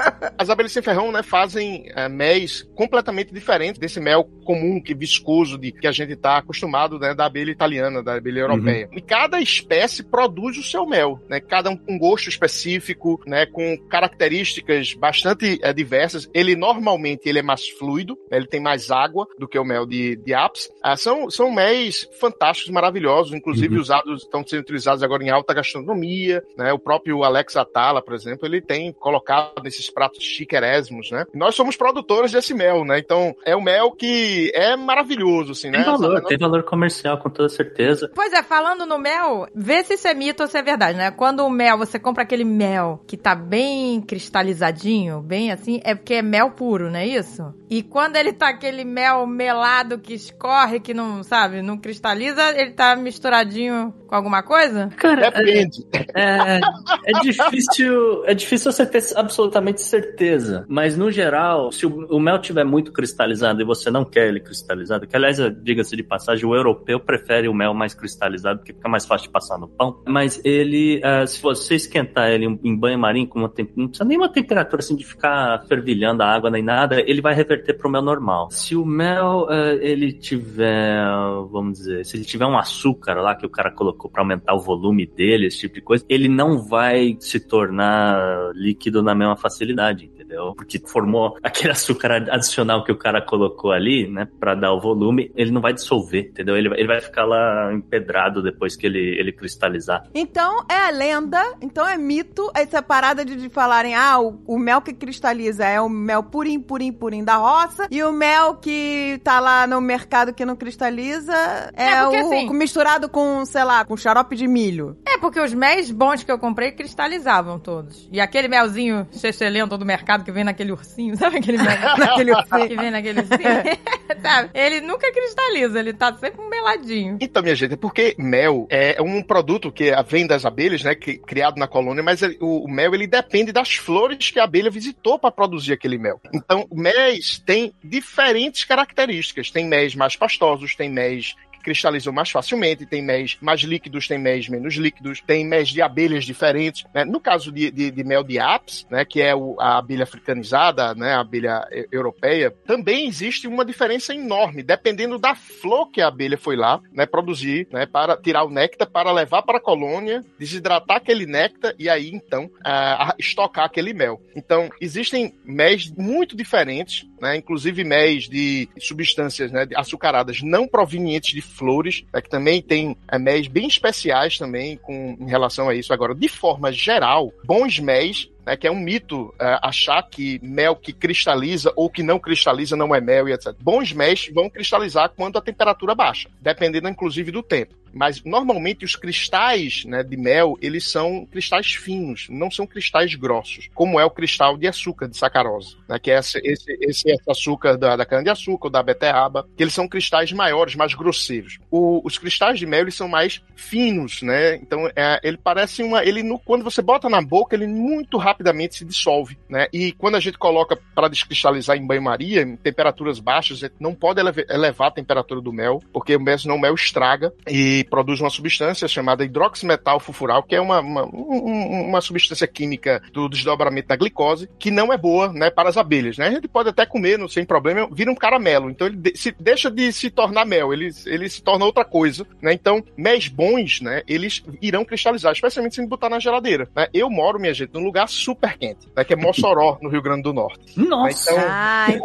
As abelhas sem ferrão, né, fazem é, méis completamente diferentes desse mel comum, que viscoso, de, que a gente está acostumado, né, da abelha italiana, da abelha europeia. Uhum. E cada espécie produz o seu mel, né, cada um com gosto específico, né, com características bastante é, diversas. Ele normalmente ele é mais fluido, né, ele tem mais água do que o mel de, de apis. Ah, são, são méis fantásticos, maravilhosos, inclusive uhum. usados, estão sendo utilizados agora em alta gastronomia, né, o próprio Alex Atala, por exemplo, ele tem colocado nesses pratos chiquerésimos, né? Nós somos produtores desse mel, né? Então, é um mel que é maravilhoso, assim, né? Tem valor, Essa... tem valor comercial, com toda certeza. Pois é, falando no mel, vê se isso é mito ou se é verdade, né? Quando o mel, você compra aquele mel que tá bem cristalizadinho, bem assim, é porque é mel puro, não é isso? E quando ele tá aquele mel melado que escorre, que não, sabe, não cristaliza, ele tá misturadinho com alguma coisa? Cara, depende. É, é, é difícil, é difícil você ter absolutamente certeza, mas no geral, se o, o mel tiver muito cristalizado e você não quer ele cristalizado, que aliás, diga-se de passagem, o europeu prefere o mel mais cristalizado, porque fica mais fácil de passar no pão, mas ele, uh, se você esquentar ele em banho-marinho, com uma tem- não precisa nem uma temperatura assim de ficar fervilhando a água nem nada, ele vai reverter pro mel normal. Se o mel, uh, ele tiver, vamos dizer, se ele tiver um açúcar lá que o cara colocou para aumentar o volume dele, esse tipo de coisa, ele não vai se tornar líquido na mesma facilidade, entendeu? Porque formou aquele açúcar adicional que o cara colocou ali, né, pra dar o volume, ele não vai dissolver, entendeu? Ele, ele vai ficar lá empedrado depois que ele, ele cristalizar. Então é a lenda, então é mito essa parada de, de falarem, ah, o, o mel que cristaliza é o mel purinho, purinho, purinho da roça, e o mel que tá lá no mercado que não cristaliza é, É, porque, o assim, misturado com, sei lá, com xarope de milho. É, porque os méis bons que eu comprei cristalizavam todos. E aquele melzinho excelente do mercado que vem naquele ursinho, sabe aquele mel? Naquele ursinho. Que vem naquele ursinho, sabe? Ele nunca cristaliza, ele tá sempre meladinho. Então, minha gente, é porque mel é um produto que vem das abelhas, né, que, criado na colônia, mas ele, o, o mel, ele depende das flores que a abelha visitou para produzir aquele mel. Então, méis têm diferentes características. Tem méis mais pastosos, tem méis cristalizam mais facilmente, tem méis mais líquidos, tem méis menos líquidos, tem méis de abelhas diferentes, né? No caso de, de, de mel de apis, né, que é o, a abelha africanizada, né, a abelha europeia, também existe uma diferença enorme, dependendo da flor que a abelha foi lá, né, produzir, né, para tirar o néctar, para levar para a colônia, desidratar aquele néctar e aí, então, uh, estocar aquele mel. Então, existem méis muito diferentes, né, inclusive méis de substâncias, né, açucaradas não provenientes de flores, né, que também tem é, méis bem especiais também com, em relação a isso. Agora, de forma geral, bons méis, né, que é um mito é, achar que mel que cristaliza ou que não cristaliza não é mel e etcétera. Bons méis vão cristalizar quando a temperatura baixa, dependendo inclusive do tempo. Mas normalmente os cristais, né, de mel, eles são cristais finos, não são cristais grossos, como é o cristal de açúcar, de sacarose, né, que é esse, esse, esse açúcar da, da cana-de-açúcar ou da beterraba, que eles são cristais maiores, mais grosseiros. O, os cristais de mel, eles são mais finos, né, então é, ele parece uma... ele no, quando você bota na boca, ele muito rapidamente se dissolve, né, e quando a gente coloca para descristalizar em banho-maria, em temperaturas baixas, a gente não pode elevar, elevar a temperatura do mel, porque o mel, senão o mel estraga e produz uma substância chamada hidroximetal fulfural, que é uma, uma, uma substância química do desdobramento da glicose, que não é boa, né, para as abelhas, né? A gente pode até comer, não, sem problema, vira um caramelo, então ele de, se, deixa de se tornar mel, ele, ele se torna outra coisa, né? Então, méis bons, né, eles irão cristalizar, especialmente se botar na geladeira, né? Eu moro, minha gente, num lugar super quente, né, que é Mossoró, no Rio Grande do Norte. Nossa! Então... Ai,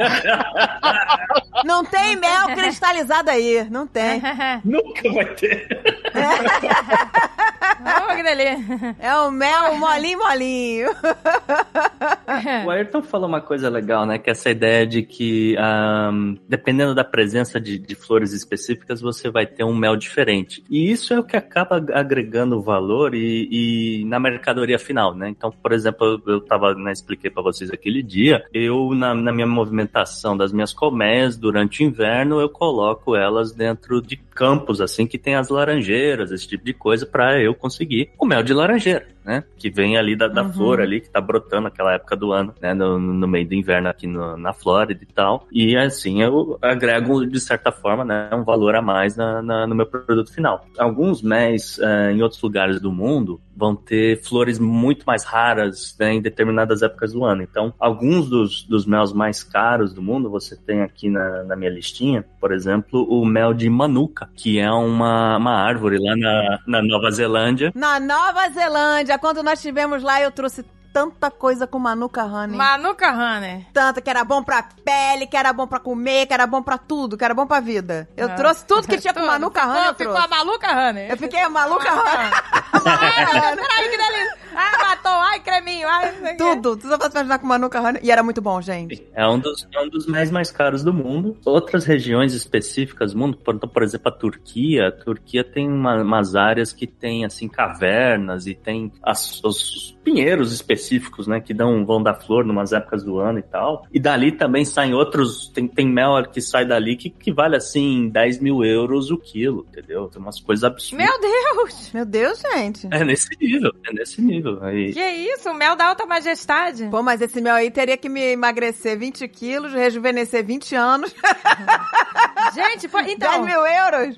não tem mel cristalizado aí, não tem. Nunca vai ter. Oh, que delícia. É o mel molinho, molinho. O Ayrton falou uma coisa legal, né? Que é essa ideia de que, um, dependendo da presença de, de flores específicas, você vai ter um mel diferente. E isso é o que acaba agregando valor e, e na mercadoria final, né? Então, por exemplo, eu, eu tava, né, expliquei pra vocês aquele dia, eu, na, na minha movimentação das minhas colmeias, durante o inverno, eu coloco elas dentro de campos, assim, que tem as laranjeiras, esse tipo de coisa, pra eu conseguir o mel de laranjeira. né? Que vem ali da, da Uhum. flor ali, que tá brotando naquela época do ano, né? No, no meio do inverno aqui no, na Flórida e tal. E assim, eu agrego, de certa forma, né? Um valor a mais na, na, no meu produto final. Alguns méis uh, em outros lugares do mundo vão ter flores muito mais raras, né, em determinadas épocas do ano. Então, alguns dos, dos mel mais caros do mundo, você tem aqui na, na minha listinha, por exemplo, o mel de Manuka, que é uma, uma árvore lá na, na Nova Zelândia. Na Nova Zelândia, quando nós estivemos lá, eu trouxe tanta coisa com Manuka Honey. Manuka Honey. Tanta, que era bom pra pele, que era bom pra comer, que era bom pra tudo, que era bom pra vida. Eu É. trouxe tudo que tinha com Tudo. Manuka Ficou- Honey, eu Ficou trouxe. a Maluca Honey. Eu fiquei a Maluca Honey. Ai, peraí, que delícia. Ai, matou. Ai, creminho. Ai, não sei o quê. Tudo, tudo eu posso imaginar com Manuka Honey. E era muito bom, gente. É um dos, é um dos méis mais caros do mundo. Outras regiões específicas do mundo, por, por exemplo, a Turquia. A Turquia tem uma, umas áreas que tem, assim, cavernas e tem as, os pinheiros específicos, né, que dão, vão dar flor numas épocas do ano e tal. E dali também saem outros, tem, tem mel que sai dali que, que vale, assim, dez mil euros o quilo, entendeu? Tem umas coisas absurdas. Meu Deus. Meu Deus, gente. É nesse nível, é nesse nível. Aí, Que isso? O mel da alta majestade. Pô, mas esse mel aí teria que me emagrecer vinte quilos, rejuvenescer vinte anos, Gente, pô, dez então... mil euros.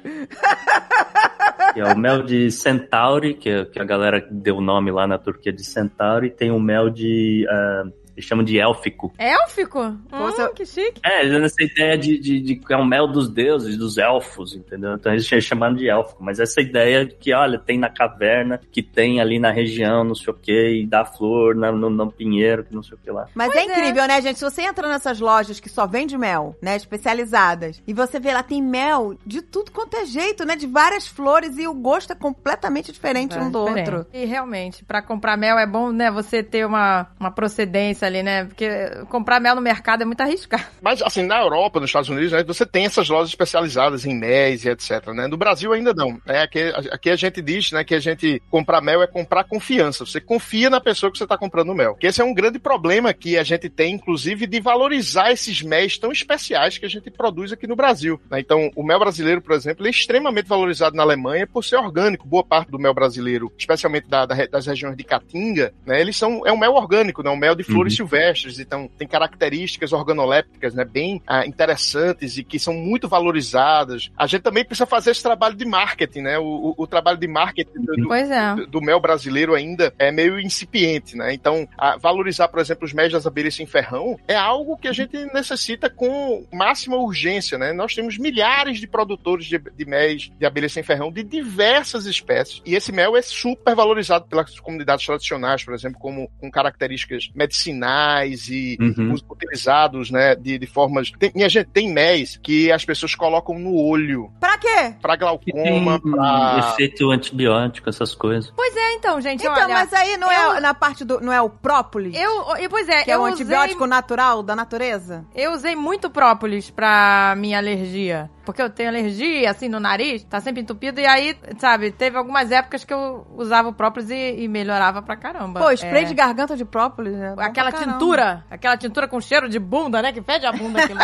que é o mel de Centauri, que, que a galera deu o nome lá na Turquia de Centauri. Tem o mel de... Uh, eles chamam de élfico. Élfico? Hum, Você- que chique. É, nessa ideia de, de, de que é um mel dos deuses, dos elfos, entendeu? Então eles chamando de élfico. Mas essa ideia de que, olha, tem na caverna, que tem ali na região, não sei o que, e dá flor na, no, no pinheiro, que não sei o que lá. Mas Pois é incrível, né, gente? Se você entra nessas lojas que só vende mel, né, especializadas, e você vê lá, tem mel de tudo quanto é jeito, né, de várias flores, e o gosto é completamente diferente um do Diferente. outro. E realmente, pra comprar mel é bom, né, você ter uma, uma procedência ali, né? Porque comprar mel no mercado é muito arriscado. Mas, assim, na Europa, nos Estados Unidos, né, você tem essas lojas especializadas em méis e etcétera, né? No Brasil ainda não. É, aqui, aqui a gente diz, né, que a gente comprar mel é comprar confiança. Você confia na pessoa que você está comprando mel. Que esse é um grande problema que a gente tem, inclusive, de valorizar esses méis tão especiais que a gente produz aqui no Brasil, né? Então, o mel brasileiro, por exemplo, ele é extremamente valorizado na Alemanha por ser orgânico. Boa parte do mel brasileiro, especialmente da, da, das regiões de Caatinga, né, eles são, é um mel orgânico, né, um mel de flores Uhum. silvestres. Então, tem características organolépticas, né, bem ah, interessantes e que são muito valorizadas. A gente também precisa fazer esse trabalho de marketing, né? O, o, o trabalho de marketing do, do, Pois é. do, do mel brasileiro ainda é meio incipiente, né? Então, a valorizar, por exemplo, os méis das abelhas sem ferrão é algo que a gente necessita com máxima urgência, né? Nós temos milhares de produtores de, de méis de abelhas sem ferrão de diversas espécies. E esse mel é super valorizado pelas comunidades tradicionais, por exemplo, como com características medicinais e Uhum. os utilizados, né, de, de formas... Tem, minha gente, tem méis que as pessoas colocam no olho Pra quê? pra Que glaucoma, tem pra... efeito antibiótico, essas coisas. Pois é, então, gente, Então, olha... mas aí não eu- é na parte do... Não é o própolis? Eu, e, pois é, Que é eu um usei, antibiótico natural da natureza? eu usei muito própolis pra minha alergia. Porque eu tenho alergia, assim, no nariz, tá sempre entupido. E aí, sabe, teve algumas épocas que eu usava o própolis e, e melhorava pra caramba. Pô, spray É. de garganta de própolis, né? Bom Aquela pra caramba. tintura, aquela tintura com cheiro de bunda, né? Que fede a bunda aquilo.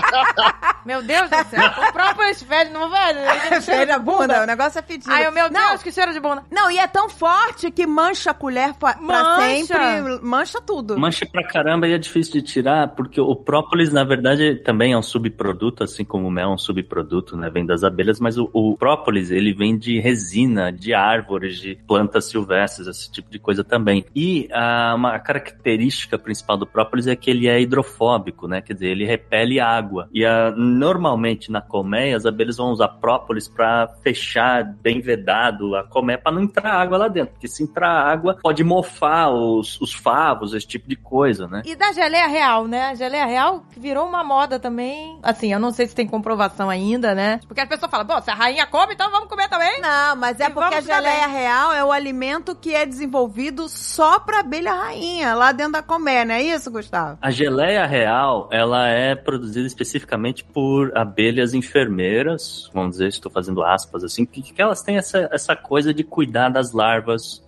Meu Deus do céu. O própolis fede, não fede? Ele tem cheiro Fede a de bunda, o negócio é fedido. Ai, meu não, Deus, que cheiro de bunda. Não, e é tão forte que mancha a colher pra, pra Mancha. sempre, mancha tudo. Mancha pra caramba e é difícil de tirar, porque o própolis, na verdade, também é um subproduto, assim como o mel é um subproduto, né? Vem das abelhas, mas o, o própolis, ele vem de resina, de árvores, de plantas silvestres, esse tipo de coisa também. E a, uma característica principal do própolis é que ele é hidrofóbico, né? Quer dizer, ele repele água. E a, normalmente na colmeia, as abelhas vão usar própolis pra fechar bem vedado a colmeia, pra não entrar água lá dentro, porque se entrar água, pode mofar os, os favos, esse tipo de coisa, né? E da geleia real, né? A geleia real que virou uma moda também. Assim, eu não sei se tem comprovação ainda, né? Porque as pessoas falam, pô, se a rainha come, então vamos comer também. Não, mas é E porque a vamos também. geleia real é o alimento que é desenvolvido só pra abelha rainha, lá dentro da colmeia, não é isso, Gustavo? A geleia real, ela é produzida especificamente por abelhas enfermeiras, vamos dizer, estou fazendo aspas assim, que, que elas têm essa, essa coisa de cuidar das larvas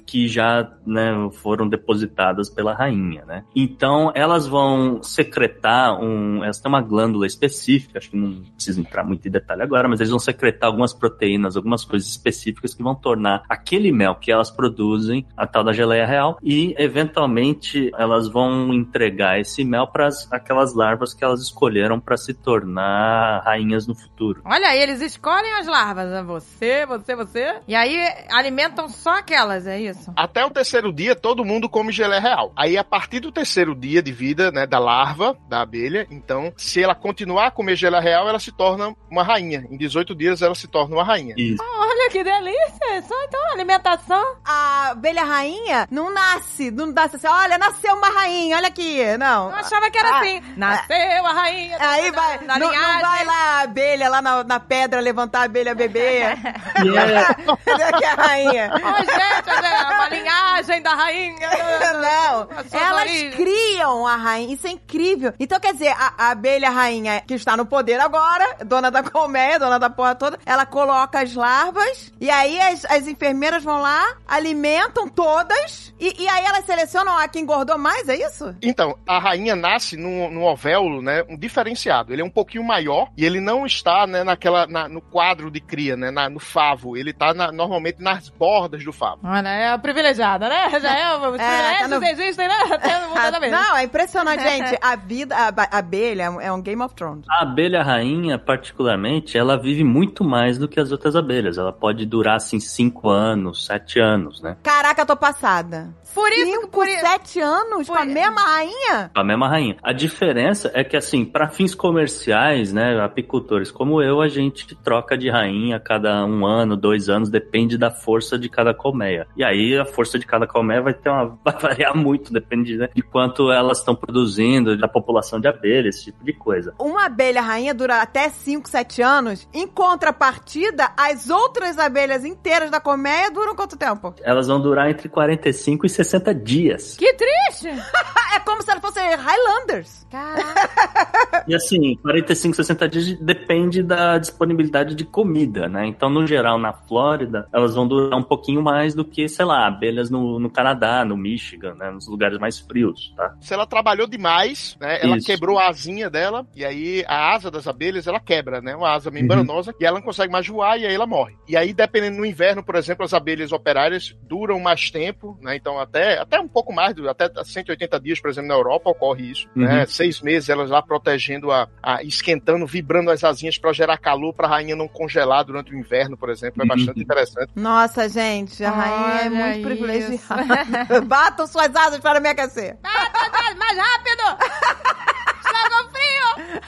que já, né, foram depositadas pela rainha, né? Então, elas vão secretar um... Elas têm uma glândula específica, acho que não preciso entrar muito em detalhe agora, mas eles vão secretar algumas proteínas, algumas coisas específicas que vão tornar aquele mel que elas produzem a tal da geleia real e, eventualmente, elas vão entregar esse mel para aquelas larvas que elas escolheram para se tornar rainhas no futuro. Olha aí, eles escolhem as larvas, né? Você, você, você. E aí alimentam só aquelas, é isso? Até o terceiro dia, todo mundo come geleia real. Aí, a partir do terceiro dia de vida, né, da larva, da abelha, então, se ela continuar a comer geleia real, ela se torna uma rainha. Em dezoito dias, ela se torna uma rainha. Isso. Olha que delícia! Só então alimentação. A abelha rainha não nasce, não nasce assim, olha, nasceu uma rainha, olha aqui, não. Eu achava que era Ah, assim. Nasceu a rainha. Aí na, vai, na não, linhagem. não vai lá a abelha, lá na, na pedra, levantar a abelha bebê. Yeah. Cadê que é a rainha? Ô, gente, é uma linhagem da rainha. Não, As suas elas origens. criam a rainha, isso é incrível. Então, quer dizer, a, a abelha rainha que está no poder agora, dona da colmeia, dona da porra toda, ela coloca as larvas, e aí as, as enfermeiras vão lá, alimentam todas, e, e aí elas selecionam a que engordou mais, é isso? Então, a rainha nasce num, num ovéolo, né, um diferenciado. Ele é um pouquinho maior e ele não está, né, naquela, na, no quadro de cria, né, na, no favo. Ele está na, normalmente nas bordas do favo. Olha, é a privilegiada, né? Já é, os É, privilégios tá no- existem, né? Até no mundo da vez. Não, é impressionante, gente. A vida, a, a abelha é um Game of Thrones. A abelha rainha, particularmente, ela vive muito mais do que as outras abelhas. Ela pode durar, assim, cinco anos, sete anos, né? Caraca, eu tô passada. Por isso, Cinco, por isso. sete anos Por- com a mesma rainha? A mesma rainha. A diferença é que, assim, para fins comerciais, né, apicultores como eu, a gente troca de rainha a cada um ano, dois anos, depende da força de cada colmeia. E aí a força de cada colmeia vai ter uma, vai variar muito, depende, né, de quanto elas estão produzindo, da população de abelhas, esse tipo de coisa. Uma abelha rainha dura até cinco, sete anos. Em contrapartida, as outras abelhas inteiras da colmeia duram quanto tempo? Elas vão durar entre quarenta e cinco e sessenta dias. Que triste! É como se elas fossem Highlanders. Caraca. E assim, quarenta e cinco, sessenta dias depende da disponibilidade de comida, né? Então, no geral, na Flórida, elas vão durar um pouquinho mais do que, sei lá, abelhas no, no Canadá, no Michigan, né? Nos lugares mais frios, tá? Se ela trabalhou demais, né, ela Isso. quebrou a asinha dela, e aí a asa das abelhas, ela quebra, né? Uma asa membranosa, e ela não consegue mais voar, e aí ela morre. E aí, dependendo no inverno, por exemplo, as abelhas operárias duram mais tempo, né? Então, até, até um pouco mais, até cento e oitenta dias, por exemplo, na Europa ocorre isso, Uhum. né? Seis meses elas lá protegendo, a, a esquentando, vibrando as asinhas para gerar calor, para a rainha não congelar durante o inverno, por exemplo. É Uhum. bastante interessante. Nossa, gente, a rainha é Olha muito isso. privilegiada. Batam suas asas para me aquecer. Ah, tá, tá, mais rápido! Estragou frio!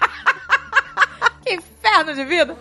Que inferno de vida!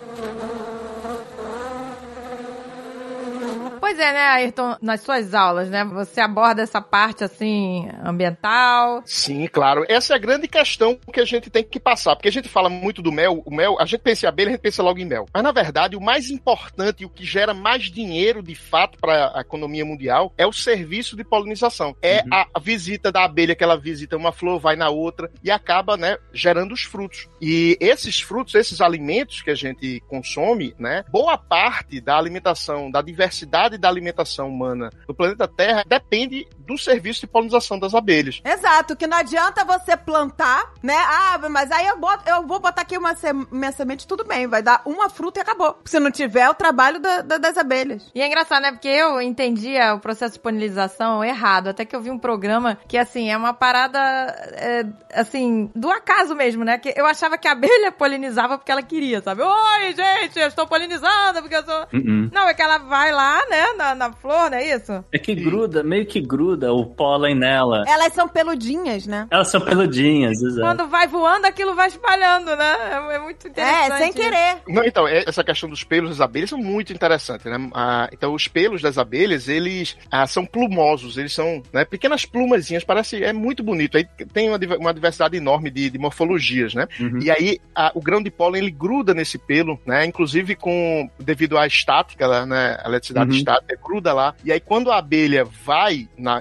Pois é, né, Ayrton, nas suas aulas, né, você aborda essa parte, assim, ambiental. Sim, claro. Essa é a grande questão que a gente tem que passar, porque a gente fala muito do mel, o mel, a gente pensa em abelha, a gente pensa logo em mel. Mas, na verdade, o mais importante e o que gera mais dinheiro, de fato, para a economia mundial é o serviço de polinização. É Uhum. a, a visita da abelha, que ela visita uma flor, vai na outra e acaba, né, gerando os frutos. E esses frutos, esses alimentos que a gente consome, né, boa parte da alimentação, da diversidade da alimentação humana no planeta Terra depende do serviço de polinização das abelhas. Exato, que não adianta você plantar, né? Ah, mas aí eu, boto, eu vou botar aqui uma se- minha semente, tudo bem, vai dar uma fruta e acabou. Se não tiver, é o trabalho da- da- das abelhas. E é engraçado, né? Porque eu entendia o processo de polinização errado. Até que eu vi um programa que, assim, é uma parada, é, assim, do acaso mesmo, né? Que eu achava que a abelha polinizava porque ela queria, sabe? Oi, gente, eu estou polinizando porque eu sou... Uh-uh. Não, é que ela vai lá, né, na, na flor, não é isso? É que gruda, meio que gruda o pólen nela. Elas são peludinhas, né? Elas são peludinhas, exato. Quando vai voando, aquilo vai espalhando, né? É, é muito interessante. É, sem querer. Não, então, é- essa questão dos pelos das abelhas são muito interessantes, né? Ah, então, os pelos das abelhas, eles ah, são plumosos, eles são, né, pequenas plumazinhas, parece, é muito bonito. Aí tem uma, diver- uma diversidade enorme de, de morfologias, né? Uhum. E aí, a- o grão de pólen, ele gruda nesse pelo, né? Inclusive, com, devido à estática, né? A eletricidade Uhum. estática, gruda lá. E aí, quando a abelha vai na,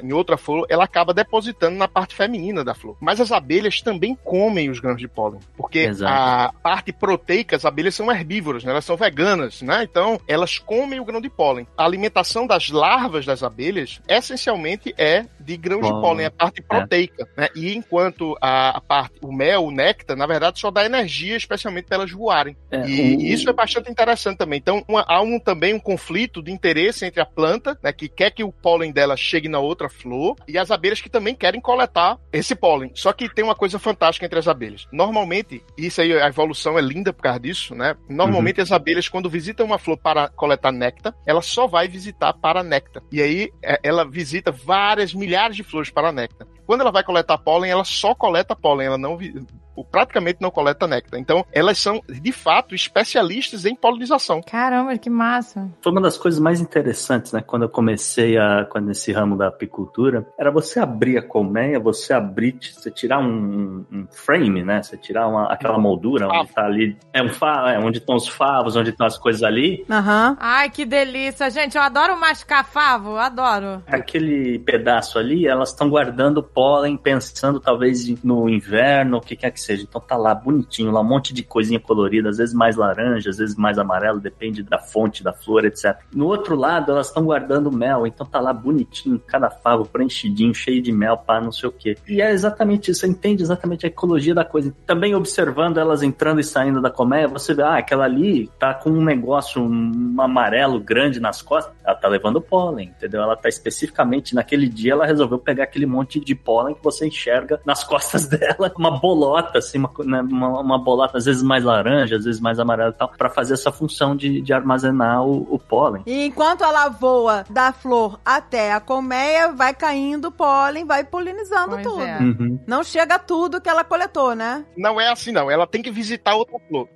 em outra flor, ela acaba depositando na parte feminina da flor. Mas as abelhas também comem os grãos de pólen, porque Exato. a parte proteica, as abelhas são herbívoras, né? Elas são veganas, né? Então, elas comem o grão de pólen. A alimentação das larvas das abelhas, essencialmente, é de grãos oh, de pólen, a parte proteica, é. né? E enquanto a, a parte, o mel, o néctar, na verdade, só dá energia, especialmente para elas voarem. É, e o... isso é bastante interessante também. Então, uma, há um, também um conflito de interesse entre a planta, né, que quer que o pólen dela chegue na outra flor, e as abelhas que também querem coletar esse pólen. Só que tem uma coisa fantástica entre as abelhas. Normalmente, isso aí, a evolução é linda por causa disso, né? Normalmente, uhum. as abelhas, quando visitam uma flor para coletar néctar, ela só vai visitar para néctar. E aí, ela visita várias milhares de flores para néctar. Quando ela vai coletar pólen, ela só coleta pólen, ela não praticamente não coleta néctar. Então, elas são, de fato, especialistas em polinização. Caramba, que massa! Foi uma das coisas mais interessantes, né? Quando eu comecei a, quando nesse ramo da apicultura, era você abrir a colmeia, você abrir, você tirar um, um frame, né? Você tirar uma, aquela moldura Favo. onde tá ali, é um favo, é, onde estão os favos, onde estão as coisas ali. Aham. Uhum. Ai, que delícia, gente! Eu adoro mascar favo, adoro. Aquele pedaço ali, elas estão guardando pólen, pensando talvez no inverno, o que quer que seja. Então tá lá bonitinho, lá um monte de coisinha colorida, às vezes mais laranja, às vezes mais amarelo, depende da fonte da flor, etcétera. No outro lado, elas estão guardando mel, então tá lá bonitinho, cada favo preenchidinho, cheio de mel, pá, não sei o quê. E é exatamente isso, você entende exatamente a ecologia da coisa. Também observando elas entrando e saindo da colmeia, você vê, ah, aquela ali tá com um negócio, um amarelo grande nas costas, ela tá levando pólen, entendeu? Ela tá especificamente, naquele dia, ela resolveu pegar aquele monte de pólen que você enxerga nas costas dela, uma bolota, assim, uma, né, uma, uma bolota, às vezes mais laranja, às vezes mais amarela e tal, pra fazer essa função de, de armazenar o, o pólen. E enquanto ela voa da flor até a colmeia, vai caindo pólen, vai polinizando pois tudo. É. Uhum. Não chega tudo que ela coletou, né? Não é assim, não. Ela tem que visitar outra flor.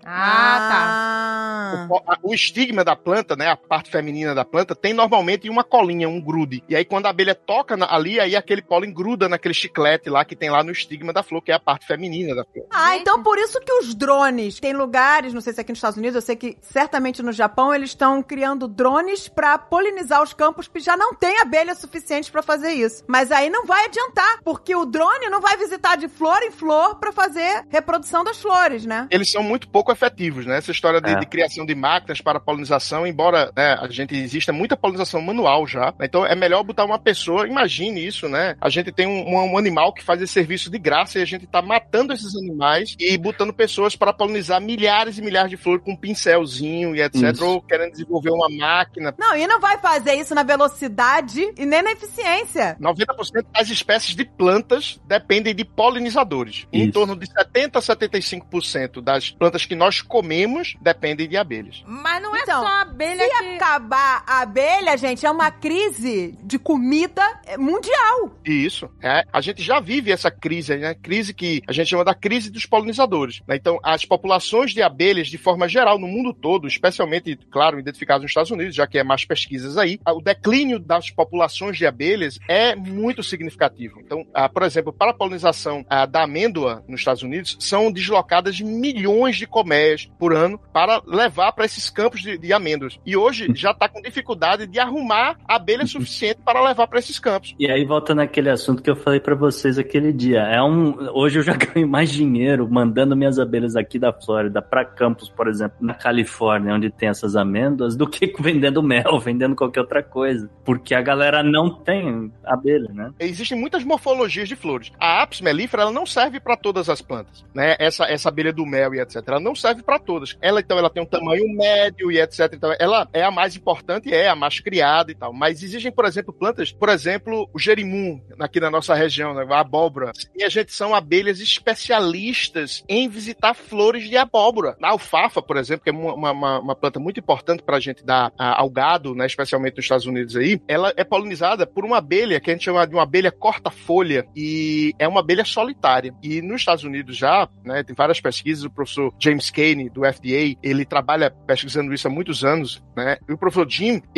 Ah, ah. tá. O, o estigma da planta, né, a parte feminina da planta, tem normalmente uma colinha, um grude. E aí, quando a abelha toca na, ali, aí aquele pólen gruda naquele chiclete lá que tem lá no estigma da flor, que é a parte feminina da flor. Ah, então por isso que os drones, tem lugares, não sei se aqui nos Estados Unidos, eu sei que certamente no Japão, eles estão criando drones pra polinizar os campos, porque já não tem abelha suficiente pra fazer isso. Mas aí não vai adiantar, porque o drone não vai visitar de flor em flor pra fazer reprodução das flores, né? Eles são muito pouco efetivos, né? Essa história de, é. de criação de máquinas para polinização, embora, né, a gente exista muita polinização manual já, né? Então é melhor botar uma pessoa, imagine isso, né? A gente tem um, um animal que faz esse serviço de graça e a gente tá matando esses animais e botando pessoas para polinizar milhares e milhares de flores com um pincelzinho e etcétera. Isso. Ou querendo desenvolver uma máquina. Não, e não vai fazer isso na velocidade e nem na eficiência. noventa por cento das espécies de plantas dependem de polinizadores. Isso. Em torno de setenta a setenta e cinco por cento das plantas que nós comemos dependem de abelhas. Mas não é então, só a abelha se que... acabar a abelha, gente, é uma crise de comida mundial. Isso. É, a gente já vive essa crise, né? Crise que a gente chama da crise dos polinizadores. Né? Então, as populações de abelhas, de forma geral, no mundo todo, especialmente, claro, identificadas nos Estados Unidos, já que é mais pesquisas aí, o declínio das populações de abelhas é muito significativo. Então, ah, por exemplo, para a polinização ah, da amêndoa nos Estados Unidos, são deslocadas milhões de colmeias por ano para levar para esses campos de, de amêndoas. E hoje já está com dificuldade de arrumar abelha suficiente para levar para esses campos. E aí volta naquele assunto que eu falei para vocês aquele dia. É um, hoje eu já ganho mais dinheiro mandando minhas abelhas aqui da Flórida para campos, por exemplo, na Califórnia, onde tem essas amêndoas, do que vendendo mel, vendendo qualquer outra coisa. Porque a galera não tem abelha, né? Existem muitas morfologias de flores. A Apis mellifera, ela não serve para todas as plantas, né? Essa, essa abelha do mel e etcétera. Ela não serve para todas. Ela, então, ela tem um tamanho médio e etcétera. Então, ela é a mais importante, é a mais criada e tal. Mas existem, por exemplo, plantas, por exemplo, o jerimum, aqui na nossa região, né? A abóbora. E a gente são abelhas especialistas em visitar flores de abóbora. A alfafa, por exemplo, que é uma, uma, uma planta muito importante para a gente dar a, ao gado, né? Especialmente nos Estados Unidos aí, ela é polinizada por uma abelha que a gente chama de uma abelha corta-folha e é uma abelha solitária. E nos Estados Unidos já, né? Tem várias pesquisas, o professor James Kane, do F D A, ele trabalha pesquisando isso há muitos anos, né? E o professor Jim,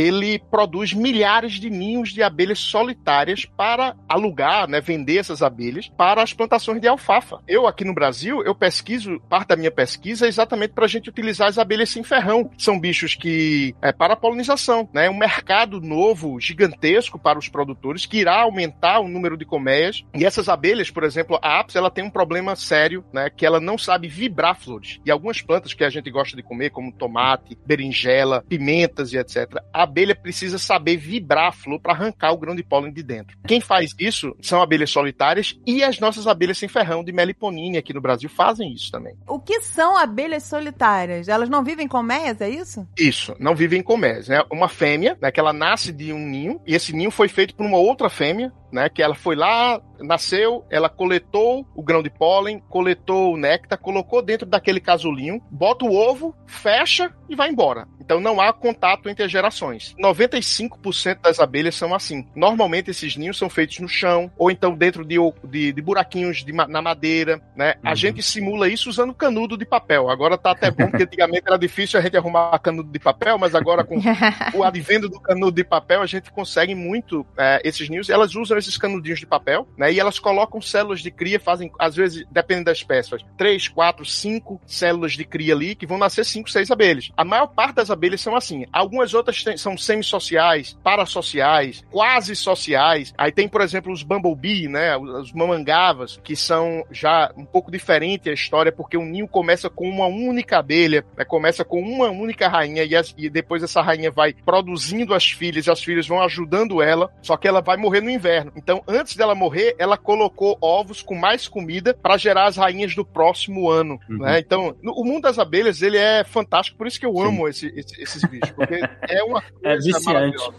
ele produz milhares de ninhos de abelhas solitárias para alugar, né, vender essas abelhas para as plantações de alfafa. Eu, aqui no Brasil, eu pesquiso, parte da minha pesquisa é exatamente para a gente utilizar as abelhas sem ferrão. São bichos que, é para a polinização, né, um mercado novo, gigantesco para os produtores, que irá aumentar o número de colmeias. E essas abelhas, por exemplo, a Apis, ela tem um problema sério, né, que ela não sabe vibrar flores. E algumas plantas que a gente gosta de comer, como tomate, berinjela, pimentas e etcétera, a abelha precisa saber vibrar a flor para arrancar o grão de pólen de dentro. Quem faz isso são abelhas solitárias e as nossas abelhas sem ferrão de Meliponinia aqui no Brasil fazem isso também. O que são abelhas solitárias? Elas não vivem em colmeias, é isso? Isso, não vivem em colmeias, né? Uma fêmea, né, que ela nasce de um ninho, e esse ninho foi feito por uma outra fêmea, né, que ela foi lá, nasceu, ela coletou o grão de pólen, coletou o néctar, colocou dentro daquele casulinho, bota o ovo, fecha e vai embora. Então não há contato entre as gerações. noventa e cinco por cento das abelhas são assim. Normalmente esses ninhos são feitos no chão, ou então dentro de, de, de buraquinhos de, na madeira, né? Uhum. A gente simula isso usando canudo de papel. Agora tá até bom, porque antigamente era difícil a gente arrumar canudo de papel, mas agora com o advento do canudo de papel, a gente consegue muito é, esses ninhos. Elas usam esses canudinhos de papel, né? E elas colocam células de cria, fazem, às vezes, dependendo da espécie, três, quatro, cinco células de cria ali, que vão nascer cinco, seis abelhas. A maior parte das abelhas são assim. Algumas outras tem, são semissociais, parasociais, quase sociais. Aí tem, por exemplo, os bumblebee, né? Os mamangavas, que são já um pouco diferente a história, porque o ninho começa com uma única abelha, né? Começa com uma única rainha e, as, e depois essa rainha vai produzindo as filhas e as filhas vão ajudando ela, só que ela vai morrer no inverno. Então, antes dela morrer, ela colocou ovos com mais comida para gerar as rainhas do próximo ano, uhum. né? Então, no, o mundo das abelhas, ele é fantástico, por isso que eu Sim. amo esse, esse, esses bichos, porque é uma coisa é viciante. Maravilhosa.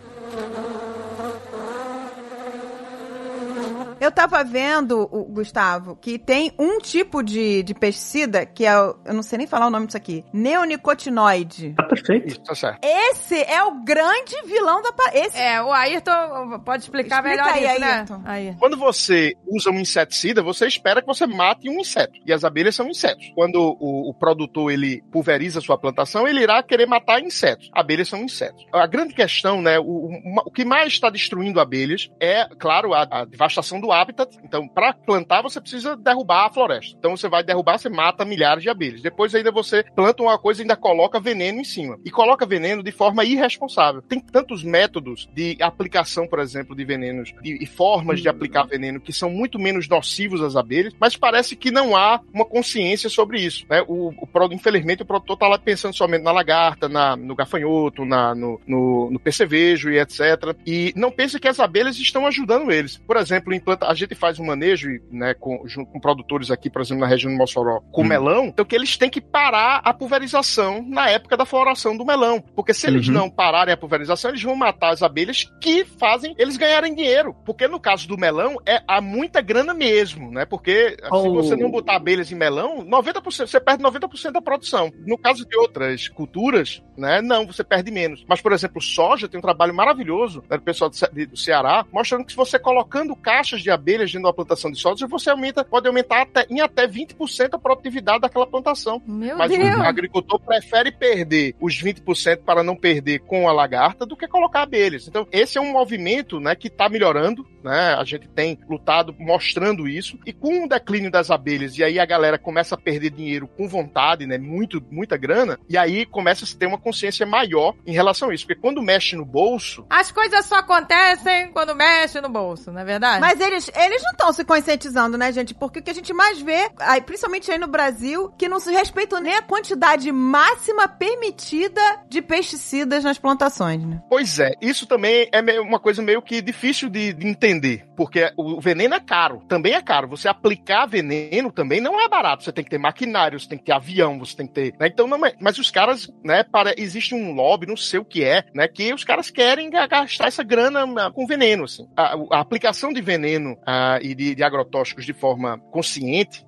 Eu tava vendo, o Gustavo, que tem um tipo de, de pesticida que é, eu não sei nem falar o nome disso aqui, neonicotinoide. Tá perfeito. Isso, tá certo. Esse é o grande vilão da... Esse... É, o Ayrton pode explicar Explica melhor aí, isso, Ayrton. né? Aí. Quando você usa um inseticida, você espera que você mate um inseto. E as abelhas são insetos. Quando o, o produtor, ele pulveriza a sua plantação, ele irá querer matar insetos. Abelhas são insetos. A grande questão, né, o, o, o que mais está destruindo abelhas é, claro, a, a devastação do habitat. Então, para plantar, você precisa derrubar a floresta. Então, você vai derrubar, você mata milhares de abelhas. Depois, ainda você planta uma coisa e ainda coloca veneno em cima. E coloca veneno de forma irresponsável. Tem tantos métodos de aplicação, por exemplo, de venenos de, e formas de aplicar veneno que são muito menos nocivos às abelhas, mas parece que não há uma consciência sobre isso, né? O, o, infelizmente, o produtor está lá pensando somente na lagarta, na, no gafanhoto, na, no, no, no percevejo e etcétera. E não pensa que as abelhas estão ajudando eles. Por exemplo, implanta, a gente faz um manejo, né, com, junto com produtores aqui, por exemplo, na região de Mossoró, com hum. melão, então que eles têm que parar a pulverização na época da floração do melão. Porque se eles uhum. não pararem a pulverização, eles vão matar as abelhas que fazem eles ganharem dinheiro. Porque no caso do melão, é há muita grana mesmo, né? Porque oh. se você não botar abelhas em melão, noventa por cento, você perde noventa por cento da produção. No caso de outras culturas, né, não, você perde menos. Mas, por exemplo, soja tem um trabalho maravilhoso, né, do pessoal do Ceará, mostrando que se você colocando caixas de abelhas dentro da plantação de soja, você aumenta, pode aumentar até, em até vinte por cento a produtividade daquela plantação. Meu Mas Deus. o agricultor prefere perder os vinte por cento para não perder com a lagarta do que colocar abelhas. Então, esse é um movimento, né, que está melhorando, né? A gente tem lutado mostrando isso, e com o declínio das abelhas, e aí a galera começa a perder dinheiro com vontade, né? Muito, muita grana, e aí começa a se ter uma consciência maior em relação a isso, porque quando mexe no bolso... As coisas só acontecem quando mexe no bolso, não é verdade? Mas eles, eles não estão se conscientizando, né, gente? Porque o que a gente mais vê, aí, principalmente aí no Brasil, que não se respeitam nem a quantidade máxima permitida de pesticidas nas plantações, né? Pois é, isso também é meio, uma coisa meio que difícil de, de entender, porque o veneno é caro, também é caro. Você aplicar veneno também não é barato. Você tem que ter maquinário, você tem que ter avião, você tem que ter... Né? Então, não é... Mas os caras, né, para... existe um lobby, não sei o que é, né, que os caras querem gastar essa grana com veneno, assim. A, a aplicação de veneno uh, e de, de agrotóxicos de forma consciente,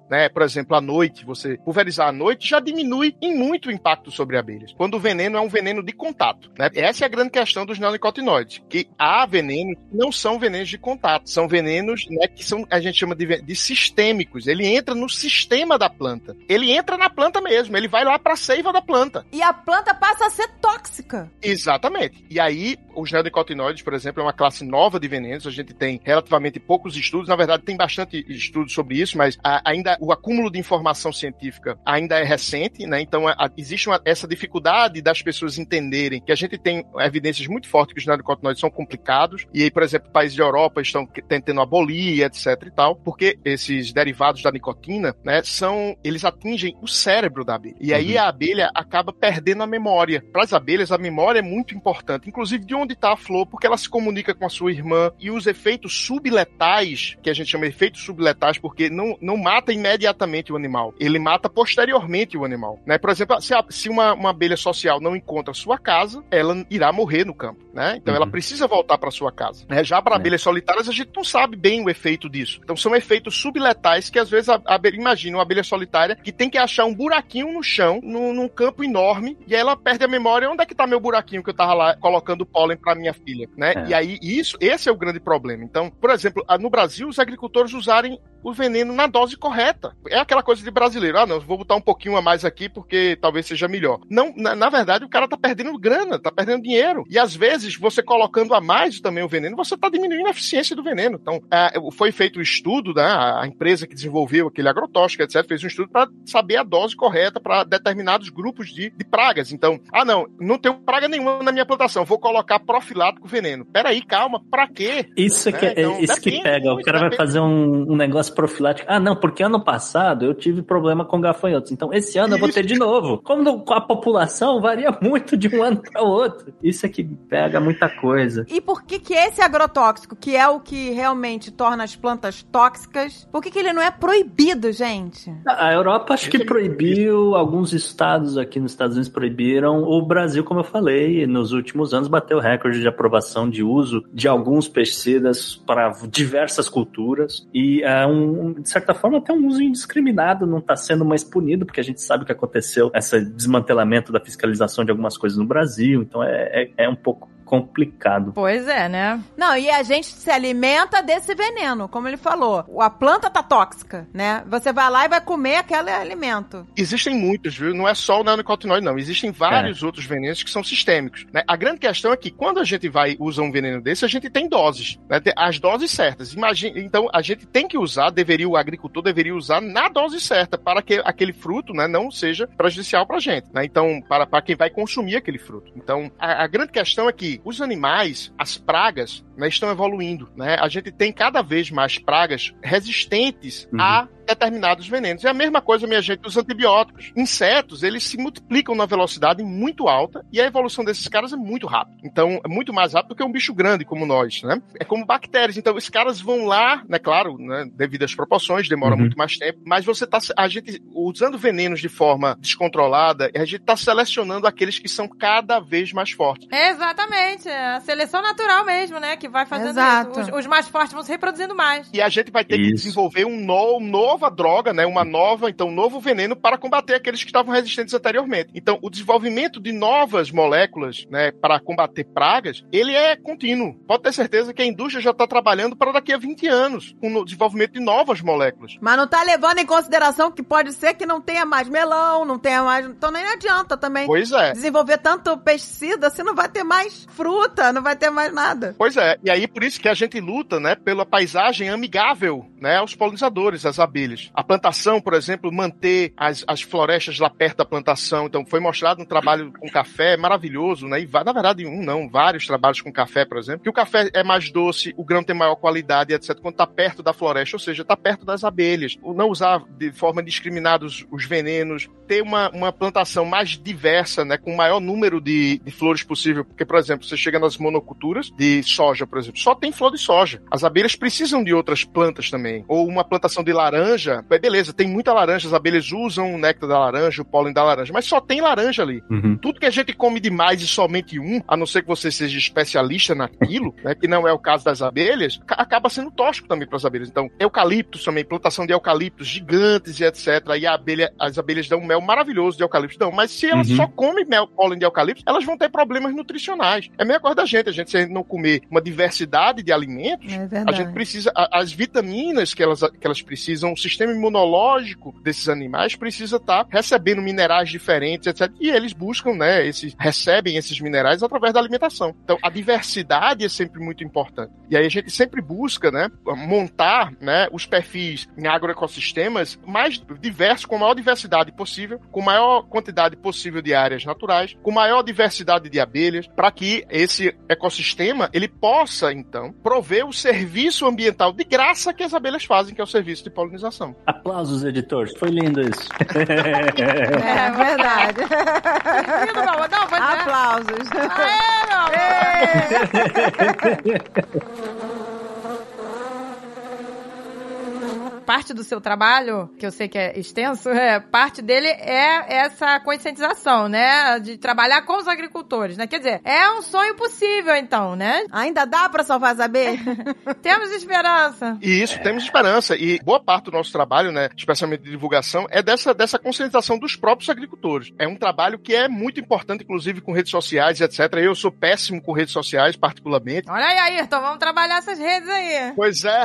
né? Por exemplo, à noite, você pulverizar à noite já diminui em muito o impacto sobre abelhas. Quando o veneno é um veneno de contato, né? Essa é a grande questão dos neonicotinoides, que há venenos que não são venenos de contato, são venenos, né, que são, a gente chama de, de sistêmicos. Ele entra no sistema da planta. Ele entra na planta mesmo, ele vai lá para a seiva da planta. E a planta passa a ser tóxica. Exatamente. E aí, os neonicotinoides, por exemplo, é uma classe nova de venenos. A gente tem relativamente poucos estudos. Na verdade, tem bastante estudos sobre isso, mas a, ainda o acúmulo de informação científica ainda é recente, né? Então, a, a, existe uma, essa dificuldade das pessoas entenderem que a gente tem evidências muito fortes que os neonicotinoides são complicados. E aí, por exemplo, países da Europa estão tentando abolir, etc e tal, porque esses derivados da nicotina, né, são, eles atingem o cérebro da abelha. E aí, uhum, a abelha acaba perdendo a memória. Para as abelhas, a memória é muito importante, inclusive de onde está a flor, porque ela se comunica com a sua irmã, e os efeitos subletais, que a gente chama de efeitos subletais, porque não, não mata imediatamente o animal, ele mata posteriormente o animal, né? Por exemplo, se, a, se uma, uma abelha social não encontra a sua casa, ela irá morrer no campo, né? Então, uhum, ela precisa voltar para sua casa, né? Já para é. abelhas solitárias, a gente não sabe bem o efeito disso. Então, são efeitos subletais que, às vezes, a, a abelha, imagina uma abelha solitária que tem que achar um buraquinho no chão, no, num campo enorme, e aí ela perde a memória. Onde é que tá meu buraquinho que eu tava lá colocando pólen pra minha filha, né? É. E aí, isso, esse é o grande problema. Então, por exemplo, no Brasil, os agricultores usarem o veneno na dose correta. É aquela coisa de brasileiro. Ah, não, vou botar um pouquinho a mais aqui porque talvez seja melhor. Não, na, na verdade, o cara tá perdendo grana, tá perdendo dinheiro. E às vezes, você colocando a mais também o veneno, você tá diminuindo a eficiência do veneno. Então, é, foi feito um estudo, né? A empresa que desenvolveu aquele agrotóxico, etcétera, fez um estudo para saber a dose correta para determinados grupos de, de pragas. Então, ah, não, não tem praga nenhuma na minha plantação, vou colocar profilático veneno. Peraí, calma, pra quê? Isso, né? que, é, então, isso que pega, muito, o cara vai depende. fazer um, um negócio profilático. Ah, não, porque ano passado eu tive problema com gafanhotos, então esse ano isso. eu vou ter de novo. Como no, a população varia muito de um ano para outro. Isso é que pega muita coisa. E por que que esse agrotóxico, que é o que realmente torna as plantas tóxicas, por que que ele não é proibido, gente? A Europa acho que proibiu, alguns estados aqui nos Estados Unidos proibiram, o Brasil, como eu falei, nos últimos anos bateu recorde de aprovação de uso de alguns pesticidas para diversas culturas e é um, de certa forma até um uso indiscriminado, não está sendo mais punido, porque a gente sabe o que aconteceu, esse desmantelamento da fiscalização de algumas coisas no Brasil, então é, é, é um pouco complicado. Pois é, né? Não, e a gente se alimenta desse veneno, como ele falou. A planta tá tóxica, né? Você vai lá e vai comer aquele alimento. Existem muitos, viu? Não é só o neonicotinoide, não. Existem vários é. outros venenos que são sistêmicos, né? A grande questão é que quando a gente vai usar um veneno desse, a gente tem doses, né? Tem as doses certas. Imagina, então, a gente tem que usar, deveria, o agricultor deveria usar na dose certa para que aquele fruto, né, não seja prejudicial pra gente, né? Então, para, para quem vai consumir aquele fruto. Então, a, a grande questão é que os animais, as pragas, né, estão evoluindo, né? A gente tem cada vez mais pragas resistentes uhum. a determinados venenos. É a mesma coisa, minha gente, dos antibióticos. Insetos, eles se multiplicam na velocidade muito alta e a evolução desses caras é muito rápida. Então, é muito mais rápido do que um bicho grande como nós, né? É como bactérias. Então, os caras vão lá, né? Claro, né, devido às proporções, demora uhum. muito mais tempo, mas você tá, a gente, usando venenos de forma descontrolada, a gente tá selecionando aqueles que são cada vez mais fortes. Exatamente. É a seleção natural mesmo, né? Que vai fazendo Exato. isso. Os, os mais fortes vão se reproduzindo mais. E a gente vai ter isso. que desenvolver um novo, um novo nova droga, né, uma nova, então, um novo veneno para combater aqueles que estavam resistentes anteriormente. Então, o desenvolvimento de novas moléculas, né, para combater pragas, ele é contínuo. Pode ter certeza que a indústria já está trabalhando para daqui a vinte anos, com o desenvolvimento de novas moléculas. Mas não está levando em consideração que pode ser que não tenha mais melão, não tenha mais... Então, nem adianta também pois é. desenvolver tanto pesticida, se não vai ter mais fruta, não vai ter mais nada. Pois é. E aí, por isso que a gente luta, né, pela paisagem amigável, né, aos polinizadores, às abelhas. A plantação, por exemplo, manter as, as florestas lá perto da plantação. Então, foi mostrado um trabalho com café maravilhoso, né? E, na verdade, um não, vários trabalhos com café, por exemplo, que o café é mais doce, o grão tem maior qualidade, etcétera, quando está perto da floresta, ou seja, está perto das abelhas. O não usar de forma indiscriminada os, os venenos, ter uma, uma plantação mais diversa, né? Com o maior número de, de flores possível. Porque, por exemplo, você chega nas monoculturas de soja, por exemplo, só tem flor de soja. As abelhas precisam de outras plantas também. Ou uma plantação de laranja, beleza, tem muita laranja, as abelhas usam o néctar da laranja, o pólen da laranja, mas só tem laranja ali. Uhum. Tudo que a gente come demais e somente um, a não ser que você seja especialista naquilo, né, que não é o caso das abelhas, acaba sendo tóxico também para as abelhas. Então, eucaliptos também, plantação de eucaliptos gigantes e etcétera. E a abelha, as abelhas dão um mel maravilhoso de eucalipto, dão, mas se elas uhum. só comem mel, pólen de eucalipto, elas vão ter problemas nutricionais. É a mesma coisa da gente, a gente, se a gente não comer uma diversidade de alimentos, é a gente precisa, a, as vitaminas que elas, que elas precisam, o sistema imunológico desses animais precisa estar tá recebendo minerais diferentes, etcétera. E eles buscam, né, esses, recebem esses minerais através da alimentação. Então, a diversidade é sempre muito importante. E aí a gente sempre busca, né, montar, né, os perfis em agroecossistemas mais diversos, com a maior diversidade possível, com a maior quantidade possível de áreas naturais, com maior diversidade de abelhas, para que esse ecossistema, ele possa, então, prover o serviço ambiental de graça que as abelhas fazem, que é o serviço de polinização. Aplausos, editores. Foi lindo isso. É verdade. Lindo, meu amor. Não, vai Aplausos. Aê, meu amor. Parte do seu trabalho, que eu sei que é extenso, é, parte dele é essa conscientização, né? De trabalhar com os agricultores, né? Quer dizer, é um sonho possível, então, né? Ainda dá pra salvar as abelhas? Temos esperança. E isso, é. temos esperança. E boa parte do nosso trabalho, né, especialmente de divulgação, é dessa, dessa conscientização dos próprios agricultores. É um trabalho que é muito importante, inclusive com redes sociais, etcétera. Eu sou péssimo com redes sociais, particularmente. Olha aí, Ayrton, vamos trabalhar essas redes aí. Pois é.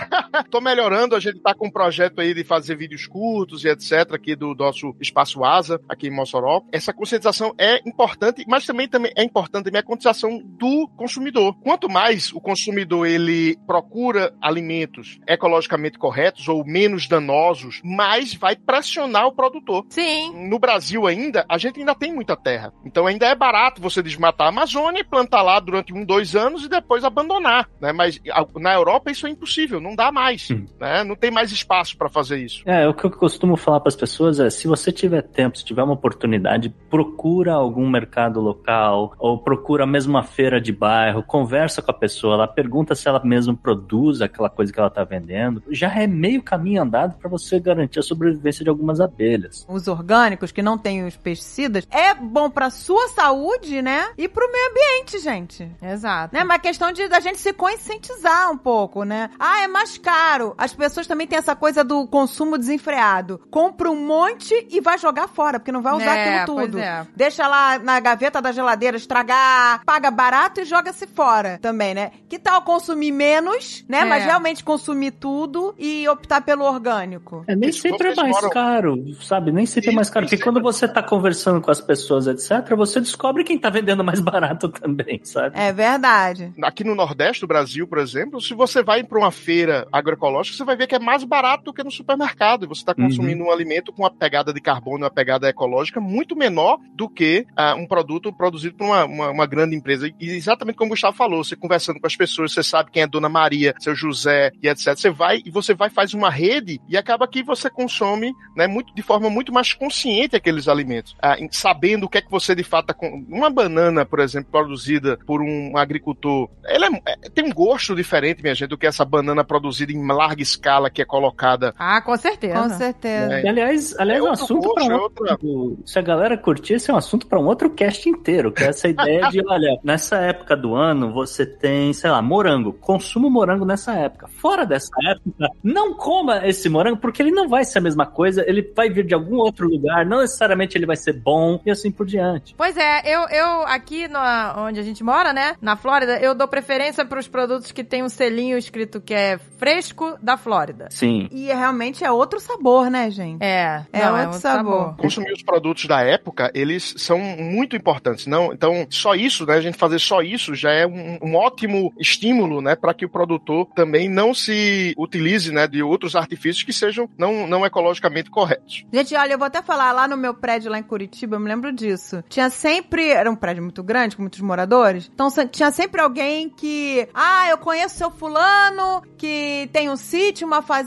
Tô melhorando, a gente tá com um projeto aí de fazer vídeos curtos e etcétera aqui do nosso Espaço Asa, aqui em Mossoró. Essa conscientização é importante, mas também, também é importante também a conscientização do consumidor. Quanto mais o consumidor ele procura alimentos ecologicamente corretos ou menos danosos, mais vai pressionar o produtor. Sim. No Brasil ainda, a gente ainda tem muita terra. Então ainda é barato você desmatar a Amazônia, plantar lá durante um, dois anos e depois abandonar, né? Mas na Europa isso é impossível, não dá mais, hum. né? Não tem mais espaço para fazer isso. É, o que eu costumo falar para as pessoas é, se você tiver tempo, se tiver uma oportunidade, procura algum mercado local ou procura mesmo uma feira de bairro, conversa com a pessoa, ela pergunta se ela mesma produz aquela coisa que ela está vendendo. Já é meio caminho andado para você garantir a sobrevivência de algumas abelhas. Os orgânicos que não têm os pesticidas é bom para sua saúde, né? E para o meio ambiente, gente. Exato. Né? Mas a questão de da gente se conscientizar um pouco, né? Ah, é mais caro. As pessoas também têm essa coisa do consumo desenfreado. Compra um monte e vai jogar fora, porque não vai usar é, aquilo tudo. É. Deixa lá na gaveta da geladeira estragar, paga barato e joga-se fora também, né? Que tal consumir menos, né? É. Mas realmente consumir tudo e optar pelo orgânico. É, nem sempre é mais moram... caro, sabe? Nem sempre Isso, é mais caro. Porque quando você tá conversando com as pessoas, etcétera, você descobre quem tá vendendo mais barato também, sabe? É verdade. Aqui no Nordeste do Brasil, por exemplo, se você vai para uma feira agroecológica, você vai ver que é mais barato do que no supermercado. E você está consumindo uhum. um alimento com uma pegada de carbono, uma pegada ecológica muito menor do que uh, um produto produzido por uma, uma, uma grande empresa. E exatamente como o Gustavo falou, você conversando com as pessoas, você sabe quem é Dona Maria, seu José e etcétera. Você vai e você vai faz uma rede e acaba que você consome, né, muito, de forma muito mais consciente aqueles alimentos. Uh, sabendo o que é que você de fato... Tá, uma banana, por exemplo, produzida por um agricultor, ela é, tem um gosto diferente, minha gente, do que essa banana produzida em larga escala que é colocada. Ah, com certeza. Com certeza. É. Aliás, aliás é um assunto para um é outro... outra... Se a galera curtir, esse é um assunto para um outro cast inteiro, que é essa ideia de, olha, nessa época do ano, você tem, sei lá, morango. Consuma morango nessa época. Fora dessa época, não coma esse morango, porque ele não vai ser a mesma coisa, ele vai vir de algum outro lugar, não necessariamente ele vai ser bom, e assim por diante. Pois é, eu, eu aqui no, onde a gente mora, né, na Flórida, eu dou preferência para os produtos que tem um selinho escrito que é fresco da Flórida. Sim. E realmente é outro sabor, né, gente? É, é, não, outro, é outro sabor. sabor. Consumir os produtos da época, eles são muito importantes, não? Então, só isso, né, a gente fazer só isso já é um, um ótimo estímulo, né, para que o produtor também não se utilize, né, de outros artifícios que sejam não, não ecologicamente corretos. Gente, olha, eu vou até falar, lá no meu prédio lá em Curitiba, eu me lembro disso. Tinha sempre, era um prédio muito grande, com muitos moradores, então tinha sempre alguém que, ah, eu conheço seu fulano, que tem um sítio, uma fazenda,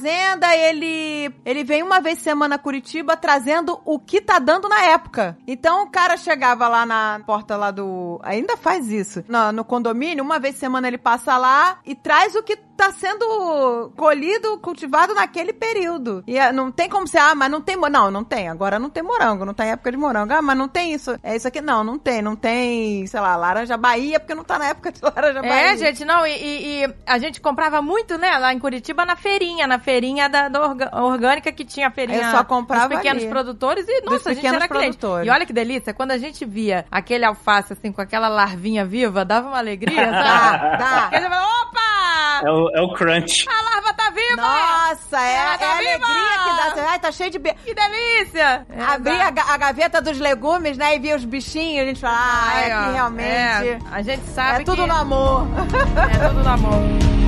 fazenda, ele, ele vem uma vez por semana a Curitiba trazendo o que tá dando na época. Então o cara chegava lá na porta lá do... Ainda faz isso. No, no condomínio, uma vez por semana ele passa lá e traz o que tá sendo colhido, cultivado naquele período. E é, não tem como ser, ah, mas não tem... Não, não tem. Agora não tem morango, não tá em época de morango. Ah, mas não tem isso. É isso aqui? Não, não tem. Não tem, sei lá, laranja Bahia, porque não tá na época de laranja Bahia. É, gente, não, e, e, e a gente comprava muito, né, lá em Curitiba, na feirinha, na feirinha da, da orga, orgânica, que tinha a feirinha Eu só comprava dos pequenos ali. produtores e, Dos nossa, a gente pequenos era cliente. produtores. E olha que delícia, quando a gente via aquele alface, assim, com aquela larvinha viva, dava uma alegria, sabe? Dá, dá. Porque a gente falava, opa! É o, é o crunch. A larva tá viva! Nossa, é, Ela é tá a alegria viva! que dá. Ai, tá cheio de... Be... Que delícia! É, Abrir a, ga- a gaveta dos legumes, né, e ver os bichinhos, a gente fala, ah, Ai, é ó, que realmente... é, a gente sabe É tudo que no amor. é tudo no amor.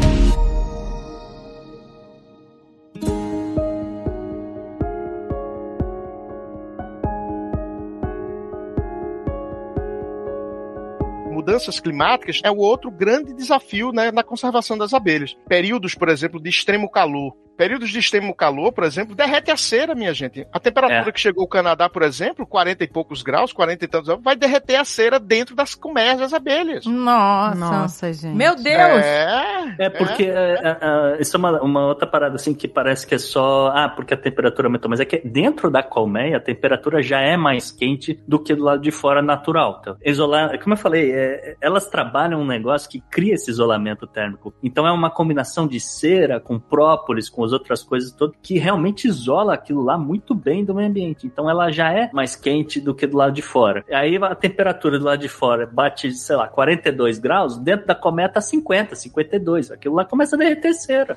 Mudanças climáticas é o outro grande desafio, né, na conservação das abelhas. Períodos, por exemplo, de extremo calor. Períodos de extremo calor, por exemplo, derrete a cera, minha gente. A temperatura É. que chegou ao Canadá, por exemplo, quarenta e poucos graus, quarenta e tantos graus, vai derreter a cera dentro das colmeias das abelhas. Nossa. Nossa, gente. Meu Deus! É, É porque é, é, é, isso é uma, uma outra parada assim que parece que é só, ah, porque a temperatura aumentou, mas é que dentro da colmeia a temperatura já é mais quente do que do lado de fora natural. Então, isolar, como eu falei, é, elas trabalham um negócio que cria esse isolamento térmico. Então é uma combinação de cera com própolis, com as outras coisas todas, que realmente isola aquilo lá muito bem do meio ambiente. Então ela já é mais quente do que do lado de fora. Aí a temperatura do lado de fora bate, sei lá, quarenta e dois graus, dentro da colmeia tá cinquenta, cinquenta e dois. Aquilo lá começa a derreter cera.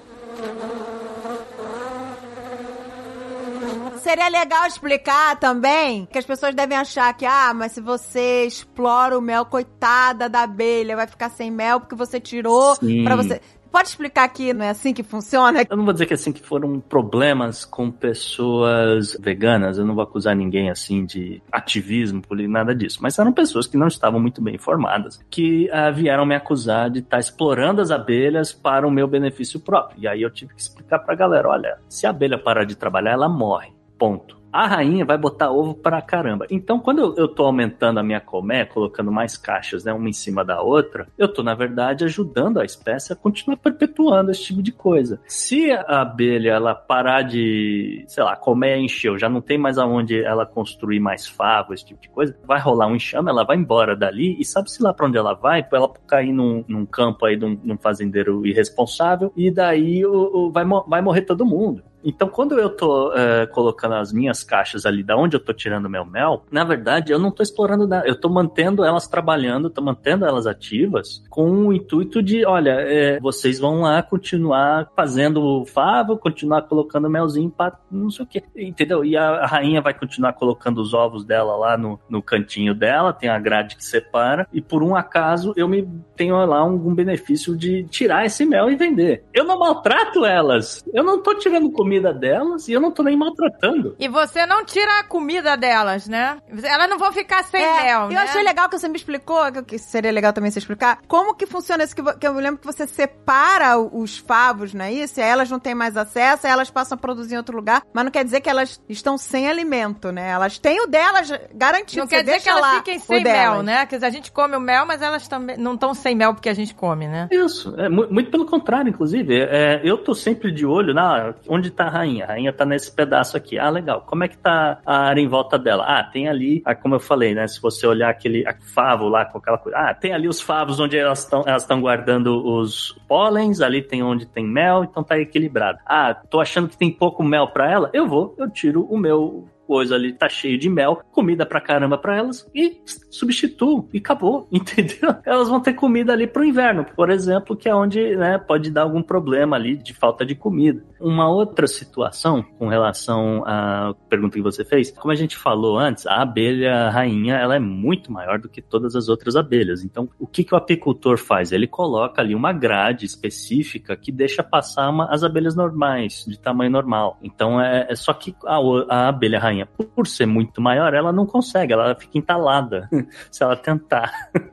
Seria legal explicar também que as pessoas devem achar que, ah, mas se você explora o mel, coitada da abelha, vai ficar sem mel porque você tirou Sim. pra você... Pode explicar que não é assim que funciona? Eu não vou dizer que assim que foram problemas com pessoas veganas, eu não vou acusar ninguém assim de ativismo, nada disso, mas eram pessoas que não estavam muito bem informadas, que uh, vieram me acusar de estar explorando as abelhas para o meu benefício próprio. E aí eu tive que explicar pra galera, olha, se a abelha parar de trabalhar, ela morre, ponto. A rainha vai botar ovo pra caramba. Então, quando eu, eu tô aumentando a minha colmeia, colocando mais caixas, né, uma em cima da outra, eu tô, na verdade, ajudando a espécie a continuar perpetuando esse tipo de coisa. Se a abelha, ela parar de, sei lá, a colmeia encheu, já não tem mais aonde ela construir mais favos, esse tipo de coisa, vai rolar um enxame, ela vai embora dali, e sabe-se lá pra onde ela vai? Ela cair num, num campo aí de um, num fazendeiro irresponsável, e daí o, o, vai, vai morrer todo mundo. Então, quando eu tô uh, colocando as minhas caixas ali, da onde eu tô tirando meu mel, na verdade, eu não tô explorando nada. Eu tô mantendo elas trabalhando, tô mantendo elas ativas com o intuito de, olha, é, vocês vão lá continuar fazendo favo, continuar colocando melzinho pra não sei o quê, entendeu? E a, a rainha vai continuar colocando os ovos dela lá no, no cantinho dela, tem a grade que separa, e por um acaso eu me tenho lá algum benefício de tirar esse mel e vender. Eu não maltrato elas, eu não tô tirando comida delas e eu não tô nem maltratando. E você não tira a comida delas, né? Elas não vão ficar sem É, mel, eu né? achei legal que você me explicou, que seria legal também você explicar, como que funciona isso, que, vo- que eu lembro que você separa os favos, não é isso? E aí elas não têm mais acesso, aí elas passam a produzir em outro lugar, mas não quer dizer que elas estão sem alimento, né? Elas têm o delas garantido. Não você quer dizer deixa que elas lá fiquem o sem delas. mel, né? Quer dizer, a gente come o mel, mas elas também não estão sem mel porque a gente come, né? Isso, é, mu- muito pelo contrário, inclusive. É, eu tô sempre de olho na onde tá a rainha. A rainha tá nesse pedaço aqui. Ah, legal. Como é que tá a área em volta dela? Ah, tem ali, ah, como eu falei, né? Se você olhar aquele a favo lá com aquela coisa. Ah, tem ali os favos onde elas estão elas estão guardando os pólens, ali tem onde tem mel, então tá equilibrado. Ah, tô achando que tem pouco mel pra ela? Eu vou, eu tiro o meu coisa ali, tá cheio de mel, comida pra caramba pra elas e substituo, e acabou, entendeu? Elas vão ter comida ali pro inverno, por exemplo, que é onde, né, pode dar algum problema ali de falta de comida. Uma outra situação com relação à pergunta que você fez, como a gente falou antes, a abelha rainha, ela é muito maior do que todas as outras abelhas. Então, o que, que o apicultor faz? Ele coloca ali uma grade específica que deixa passar uma, as abelhas normais, de tamanho normal. Então, é, é só que a, a abelha rainha, por ser muito maior, ela não consegue, ela fica entalada se ela tentar.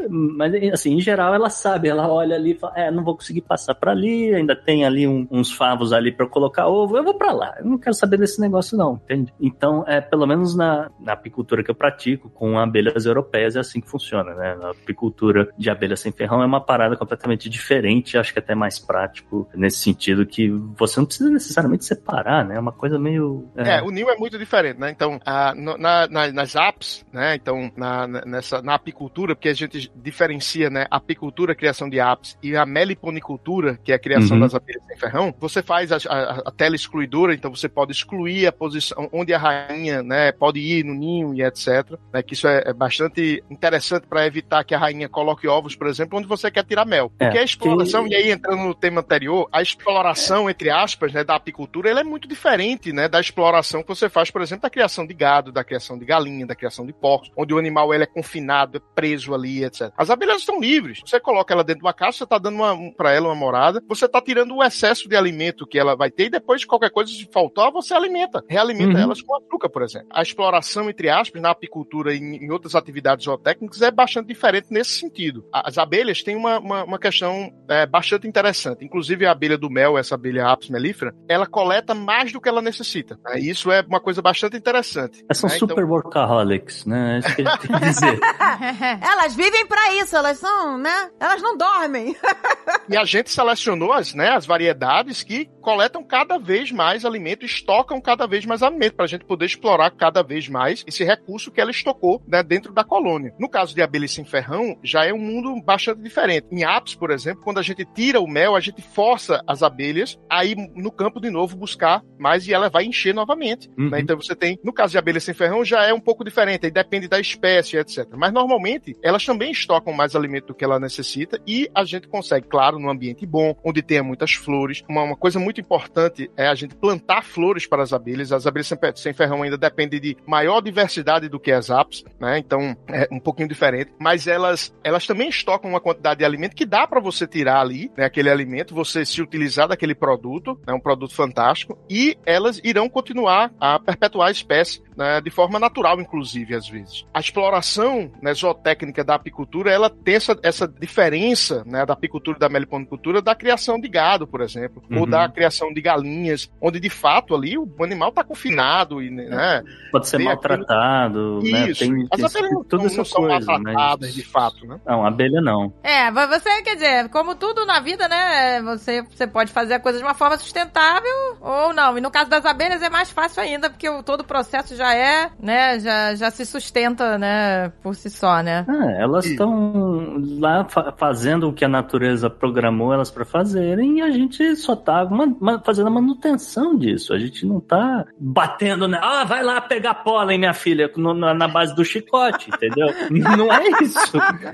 Mas, assim, em geral, ela sabe, ela olha ali e fala, é, não vou conseguir passar pra ali, ainda tem ali um, uns favos ali pra eu colocar ovo, eu vou pra lá, eu não quero saber desse negócio não, entende? Então, é, pelo menos na, na apicultura que eu pratico, com abelhas europeias, é assim que funciona, né? A apicultura de abelha sem ferrão é uma parada completamente diferente, acho que até mais prático, nesse sentido que você não precisa necessariamente separar, né? É uma coisa meio... É, é o ninho é muito diferente, né? Então, a, no, na, na, nas apps, né? Então, na, nessa, na apicultura, porque a gente diferencia, né? Apicultura, criação de apps, e a meliponicultura, que é a criação uhum. das abelhas sem ferrão, você faz a, a, a tela excluidora, então você pode excluir a posição onde a rainha, né? Pode ir no ninho e etcétera. Né, que isso é, é bastante interessante para evitar que a rainha coloque ovos, por exemplo, onde você quer tirar mel. Porque é, a exploração, que... e aí entrando no tema anterior, a exploração, entre aspas, né, da apicultura, ela é muito diferente, né, da exploração que você faz, por exemplo, da criação de gado, da criação de galinha, da criação de porcos, onde o animal ele é confinado, é preso ali, etcétera. As abelhas estão livres. Você coloca ela dentro de uma caixa, você está dando uma, um, para ela uma morada, você está tirando o excesso de alimento que ela vai ter e depois, qualquer coisa, se faltar, você alimenta. Realimenta uhum. elas com açúcar, por exemplo. A exploração, entre aspas, na apicultura e em outras atividades zootécnicas é bastante diferente nesse sentido. As abelhas têm uma, uma, uma questão é, bastante interessante. Inclusive a abelha do mel, essa abelha Apis mellifera, ela coleta mais do que ela necessita. Né? E isso é uma coisa bastante interessante. Elas são né? super então... workaholics, né? É isso que a gente tem que dizer. Elas vivem pra isso, elas são, né? Elas não dormem. E a gente selecionou as, né, as variedades que coletam cada vez mais alimento, estocam cada vez mais alimento, para a gente poder explorar cada vez mais esse recurso que ela estocou, né, dentro da colônia. No caso de abelha sem ferrão, já é um mundo bastante diferente. Em apis, por exemplo, quando a gente tira o mel, a gente força as abelhas a ir no campo de novo buscar mais e ela vai encher novamente. Uhum. Né? Então você tem, no caso de abelha sem ferrão, já é um pouco diferente, aí depende da espécie, etcétera. Mas normalmente, elas também estocam mais alimento do que ela necessita e a gente consegue, claro, num ambiente bom, onde tenha muitas flores. Uma, uma coisa muito importante é a gente plantar flores para as abelhas. As abelhas sem, sem ferrão ainda dependem de maior diversidade do que as apis, né? Então é um pouquinho diferente, mas elas, elas também estocam uma quantidade de alimento que dá para você tirar ali, né, aquele alimento, você se utilizar daquele produto, é né, um produto fantástico, e elas irão continuar a perpetuar a espécie, né, de forma natural, inclusive, às vezes. A exploração, né, zootécnica da apicultura, ela tem essa, essa diferença, né, da apicultura e da meliponicultura da criação de gado, por exemplo, uhum. ou da criação de galinhas, onde de fato ali o animal está confinado e, né, pode ser maltratado, aquilo... né? Isso. Tem, as abelhas não, tudo não, não são coisa, maltratadas mas... de fato, né? Não, abelha não. É, você quer dizer, como tudo na vida, né? Você, você pode fazer a coisa de uma forma sustentável ou não. E no caso das abelhas é mais fácil ainda, porque o, todo o processo já é, né? Já, já se sustenta, né? Por si só, né? Ah, elas estão lá fa- fazendo o que a natureza programou elas para fazerem e a gente só tá man- man- fazendo a manutenção disso. A gente não tá batendo, né? Ah, vai lá pegar pólen, minha filha, no, na, na base do chicote, entendeu? Não é isso.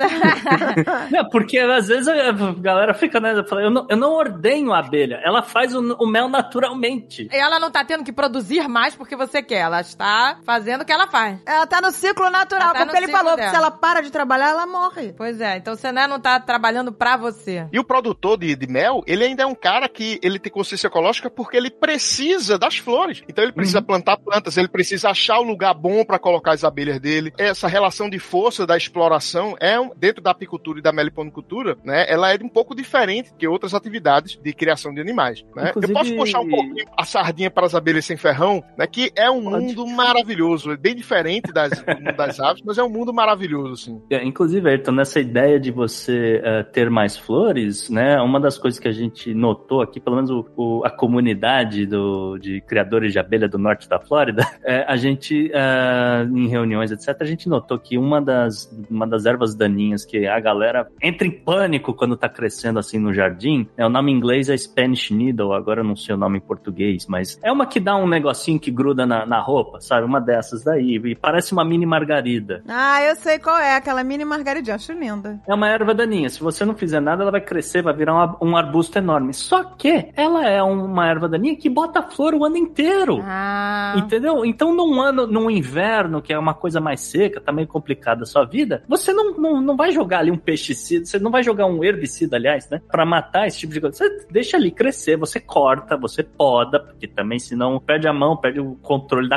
Não, porque às vezes a galera fica, né? Eu não, eu não ordenho a abelha, ela faz o, o mel naturalmente. E ela não tá tendo que produzir mais porque você quer, ela está fazendo o que ela faz. Ela tá no ciclo natural, tá como no ele falou, dela. porque se ela para de trabalhar, ela morre. Pois é, então você né, não tá trabalhando pra você. E o produtor de, de mel, ele ainda é um cara que ele tem consciência ecológica porque ele precisa das flores. Então ele precisa uhum. plantar plantas, ele precisa achar o lugar bom para colocar as abelhas dele. Essa relação de força da exploração é um, dentro da apicultura e da meliponicultura, né? Ela é um pouco diferente que outras atividades de criação de animais. Né? Eu posso puxar um pouquinho a sardinha para as abelhas sem ferrão, né? Que é um Pode. mundo maravilhoso, é bem diferente das, do mundo das aves, mas é um mundo maravilhoso, assim. É, inclusive, Ayrton, nessa ideia de você uh, ter mais flores, né? Uma das coisas que a gente notou aqui, pelo menos o, o, a comunidade do, de criadores de abelha do norte da Flórida, é, a gente, uh, em reuniões, etcétera, a gente notou que uma das, uma das ervas daninhas que a galera entra em pânico quando tá crescendo assim no jardim, é, o nome em inglês é Spanish Needle, agora eu não sei o nome em português, mas é uma que dá um negocinho que gruda na, na roupa, sabe? Uma dessas daí, e parece uma mini margarida. Ah, eu sei qual é, aquela mini margaridinha, acho linda. É uma erva daninha, se você não fizer nada, ela vai crescer, vai virar uma, um arbusto enorme. Só que ela é uma erva daninha que bota flor o ano inteiro. Ah. Entendeu? Então, num ano, num inverno, que é uma coisa mais seca, tá meio complicada a sua vida, você não, não, não vai jogar ali um pesticida, você não vai jogar um herbicida, aliás, né? Pra matar esse tipo de coisa. Você deixa ali crescer, você corta, você poda, porque também senão perde a mão, perde o controle da coisa, aí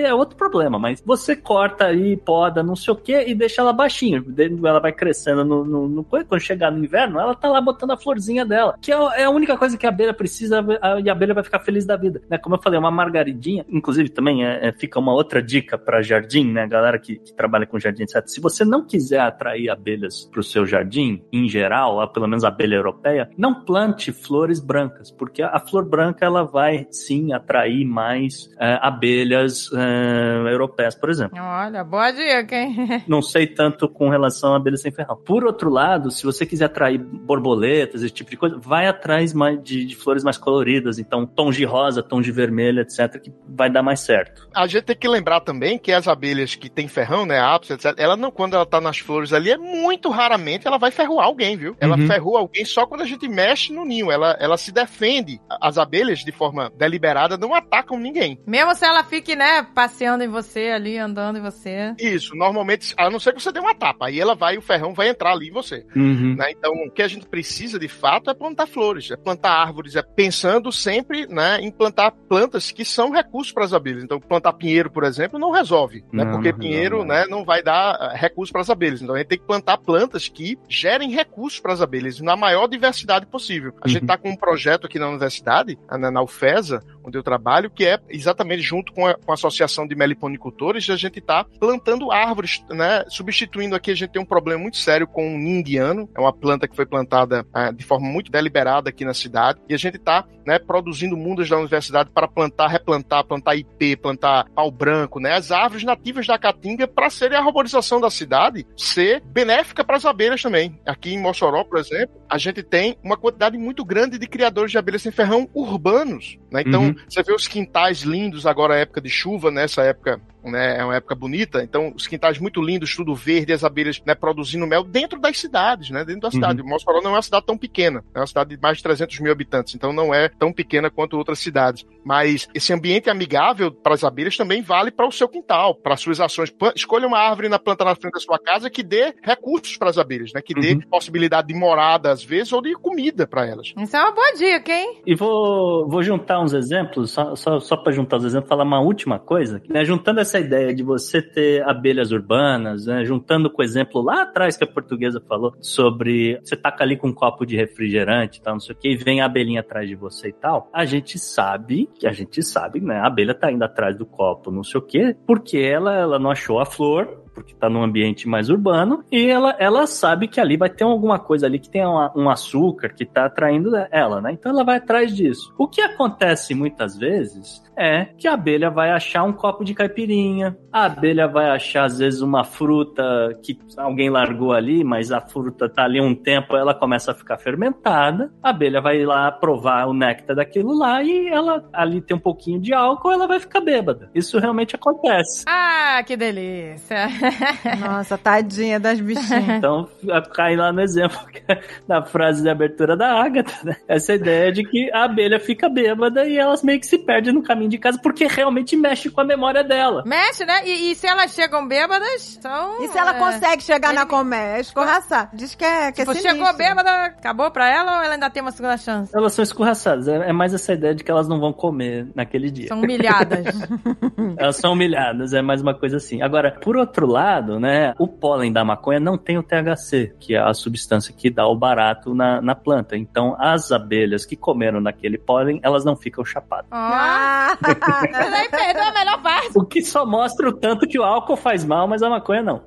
é outro problema, mas você corta aí, poda, não sei o que, e deixa ela baixinha. Ela vai crescendo no, no, no... Quando chegar no inverno, ela tá lá botando a florzinha dela, que é a única coisa que a abelha precisa, e a abelha vai ficar feliz da vida. Né? Como eu falei, uma margaridinha, inclusive também é, é, fica uma outra dica para jardim, né, galera que, que trabalha com jardim, etcétera. Se você não quiser atrair abelhas pro seu jardim, em geral, pelo menos a abelha europeia, não plante flores brancas, porque a, a flor branca, ela vai, sim, atrair mais é, abelhas é, europeias, por exemplo. Olha, boa dica, hein? Não sei tanto com relação a abelha sem ferrão. Por outro lado, se você quiser atrair borboletas, esse tipo de coisa, vai atrás mais de, de flores mais coloridas, então tons de rosa, tons de vermelho, etcétera, que vai dar mais certo. A gente tem que lembrar também que as abelhas que tem ferrão, né, apis, etcétera, ela não, quando ela tá nas flores ali, é muito raramente ela vai ferroar alguém, viu? Ela uhum. ferrua alguém só quando a gente mexe no ninho, ela, ela se defende. As abelhas, de forma deliberada, não atacam ninguém. Mesmo se ela fique, né, passeando em você ali, andando em você. Isso, normalmente, a não ser que você dê uma tapa, aí ela vai, o ferrão vai entrar ali em você. Uhum. Né? Então, o que a gente precisa, de fato, é plantar flores, é plantar árvores, é pensando sempre, né, em plantar plantas que são recursos para as abelhas. Então, plantar pinheiro, por exemplo, não resolve, não, né? Porque não pinheiro, não, não. Né, não vai dar recursos para as abelhas. Então, a gente tem que plantar plantas que gerem recursos para as abelhas na maior diversidade possível. A uhum. gente está com um projeto aqui na universidade, na, na UFESA, onde eu trabalho, que é exatamente junto com a, com a Associação de Meliponicultores, a gente está plantando árvores, né, substituindo aqui, a gente tem um problema muito sério com o ninho indiano, é uma planta que foi plantada é, de forma muito deliberada aqui na cidade, e a gente está, né, produzindo mundas da universidade para plantar, replantar, plantar ipê, plantar pau branco, né, as árvores nativas da caatinga, para serem a arborização da cidade, ser benéfica para as abelhas também. Aqui em Mossoró, por exemplo, a gente tem uma quantidade muito grande de criadores de abelhas sem ferrão urbanos, né, então uhum. você vê os quintais lindos agora, a época de chuva, nessa época, né, é uma época bonita, então os quintais muito lindos, tudo verde, as abelhas, né, produzindo mel dentro das cidades, né, dentro da cidade. Uhum. Mossoró não é uma cidade tão pequena, é uma cidade de mais de trezentos mil habitantes, então não é tão pequena quanto outras cidades. Mas esse ambiente amigável para as abelhas também vale para o seu quintal, para suas ações. Escolha uma árvore na planta na frente da sua casa que dê recursos para as abelhas, né, que dê uhum. possibilidade de morada às vezes ou de comida para elas. Isso é uma boa dica, hein? E vou, vou juntar uns exemplos, só, só, só para juntar os exemplos, falar uma última coisa, né, juntando essa ideia de você ter abelhas urbanas, né, juntando com o exemplo lá atrás que a portuguesa falou sobre você taca ali com um copo de refrigerante e tal, não sei o que, e vem a abelhinha atrás de você e tal, a gente sabe, que a gente sabe, né, a abelha tá indo atrás do copo, não sei o que, porque ela, ela não achou a flor, porque tá num ambiente mais urbano, e ela, ela sabe que ali vai ter alguma coisa ali que tem uma, um açúcar que tá atraindo ela, né? Então ela vai atrás disso. O que acontece muitas vezes é que a abelha vai achar um copo de caipirinha, a abelha vai achar às vezes uma fruta que alguém largou ali, mas a fruta tá ali um tempo, ela começa a ficar fermentada, a abelha vai lá provar o néctar daquilo lá e ela ali tem um pouquinho de álcool, ela vai ficar bêbada. Isso realmente acontece. Ah, que delícia! Nossa, tadinha das bichinhas. Então, cai lá no exemplo da frase de abertura da Agatha, né? Essa ideia de que a abelha fica bêbada e elas meio que se perdem no caminho de casa porque realmente mexe com a memória dela. Mexe, né? E, e se elas chegam bêbadas, então... E se ela é... consegue chegar Ele... na colmeia, escorraçar? Diz que é, que tipo, é sinistro. Chegou bêbada, acabou pra ela ou ela ainda tem uma segunda chance? Elas são escorraçadas. É mais essa ideia de que elas não vão comer naquele dia. São humilhadas. Elas são humilhadas, é mais uma coisa assim. Agora, por outro lado, né, o pólen da maconha não tem o T H C, que é a substância que dá o barato na, na planta. Então, as abelhas que comeram naquele pólen, elas não ficam chapadas. Ah! Mas aí perdeu a melhor parte. O que só mostra o tanto que o álcool faz mal, mas a maconha não.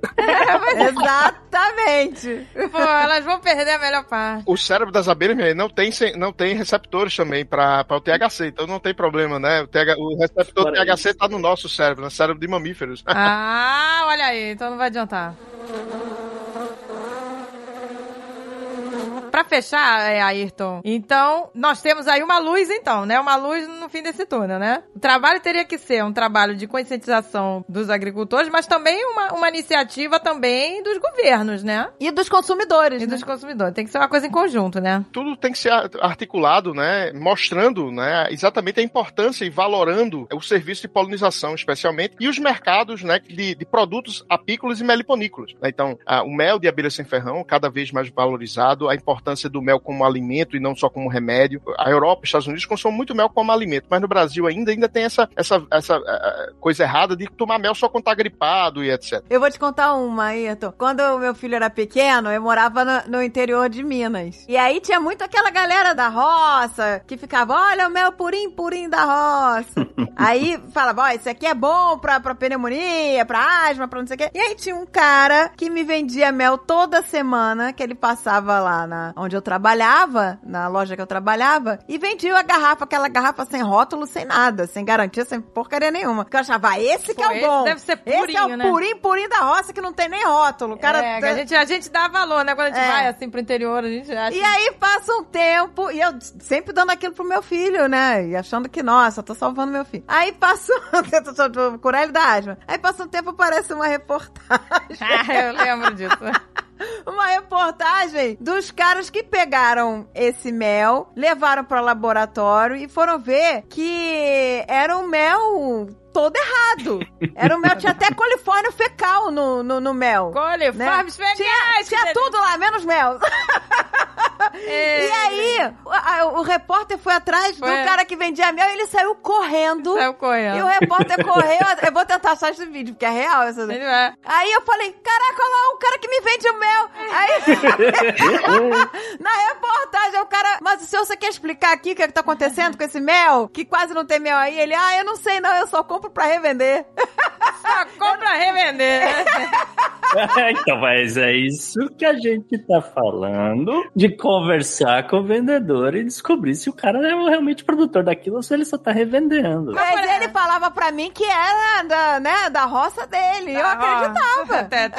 Exatamente. Pô, elas vão perder a melhor parte. O cérebro das abelhas não tem, não tem receptores também para o T H C, então não tem problema, né? O, T H, o receptor do T H C está no nosso cérebro, no cérebro de mamíferos. Ah, olha aí, então não vai adiantar. Pra fechar, é, Ayrton, então, nós temos aí uma luz, então, né? Uma luz no fim desse túnel, né? O trabalho teria que ser um trabalho de conscientização dos agricultores, mas também uma, uma iniciativa também dos governos, né? E dos consumidores, E né? dos consumidores. Tem que ser uma coisa em conjunto, né? Tudo tem que ser articulado, né? Mostrando, né? Exatamente a importância e valorando o serviço de polinização, especialmente, e os mercados, né? De, de produtos apícolas e meliponícolas. Né? Então, a, o mel de abelha sem ferrão, cada vez mais valorizado, a importância importância do mel como alimento e não só como remédio. A Europa e os Estados Unidos consomem muito mel como alimento, mas no Brasil ainda, ainda tem essa, essa, essa uh, coisa errada de tomar mel só quando tá gripado e etcétera. Eu vou te contar uma, Ayrton. Quando o meu filho era pequeno, eu morava no, no interior de Minas. E aí tinha muito aquela galera da roça que ficava, olha o mel purinho, purinho da roça. Aí falava, ó, esse aqui é bom pra, pra pneumonia, pra asma, pra não sei o quê. E aí tinha um cara que me vendia mel toda semana, que ele passava lá na, onde eu trabalhava, na loja que eu trabalhava, e vendia a garrafa, aquela garrafa sem rótulo, sem nada, sem garantia, sem porcaria nenhuma. Que eu achava, ah, esse que Pô, é o bom. Deve ser purinho, esse é o né? purinho, purinho da roça, que não tem nem rótulo. O cara é, a, gente, a gente dá valor, né? Quando a gente é. vai assim pro interior, a gente acha. E aí passa um tempo, e eu sempre dando aquilo pro meu filho, né? E achando que, nossa, tô salvando meu filho. Aí passa um tempo, tô com ele da asma. Aí passa um tempo, aparece uma reportagem. Ah, eu lembro disso. Uma reportagem dos caras que pegaram esse mel, levaram para o laboratório e foram ver que era um mel todo errado. Era um mel, tinha até colifórmio fecal no, no, no mel. Colifórmios né? fecais! Tinha, tinha tudo lá, menos mel. É. E aí, o, a, o repórter foi atrás foi. do cara que vendia mel e ele saiu correndo. Saiu correndo. E o repórter correu. Eu vou tentar achar esse vídeo, porque é real. Essa... Ele é. Aí eu falei, caraca, olha lá, o cara que me vende o mel. Aí, na reportagem, o cara, mas o senhor, você quer explicar aqui o que, é que tá acontecendo com esse mel? Que quase não tem mel aí. Ele, ah, eu não sei não, eu só compro pra revender. Só compro pra revender, né? Então, mas é isso que a gente tá falando, de conversar com o vendedor e descobrir se o cara é realmente produtor daquilo ou se ele só tá revendendo. Mas ele falava pra mim que era da, né, da roça dele, da eu acreditava. Até,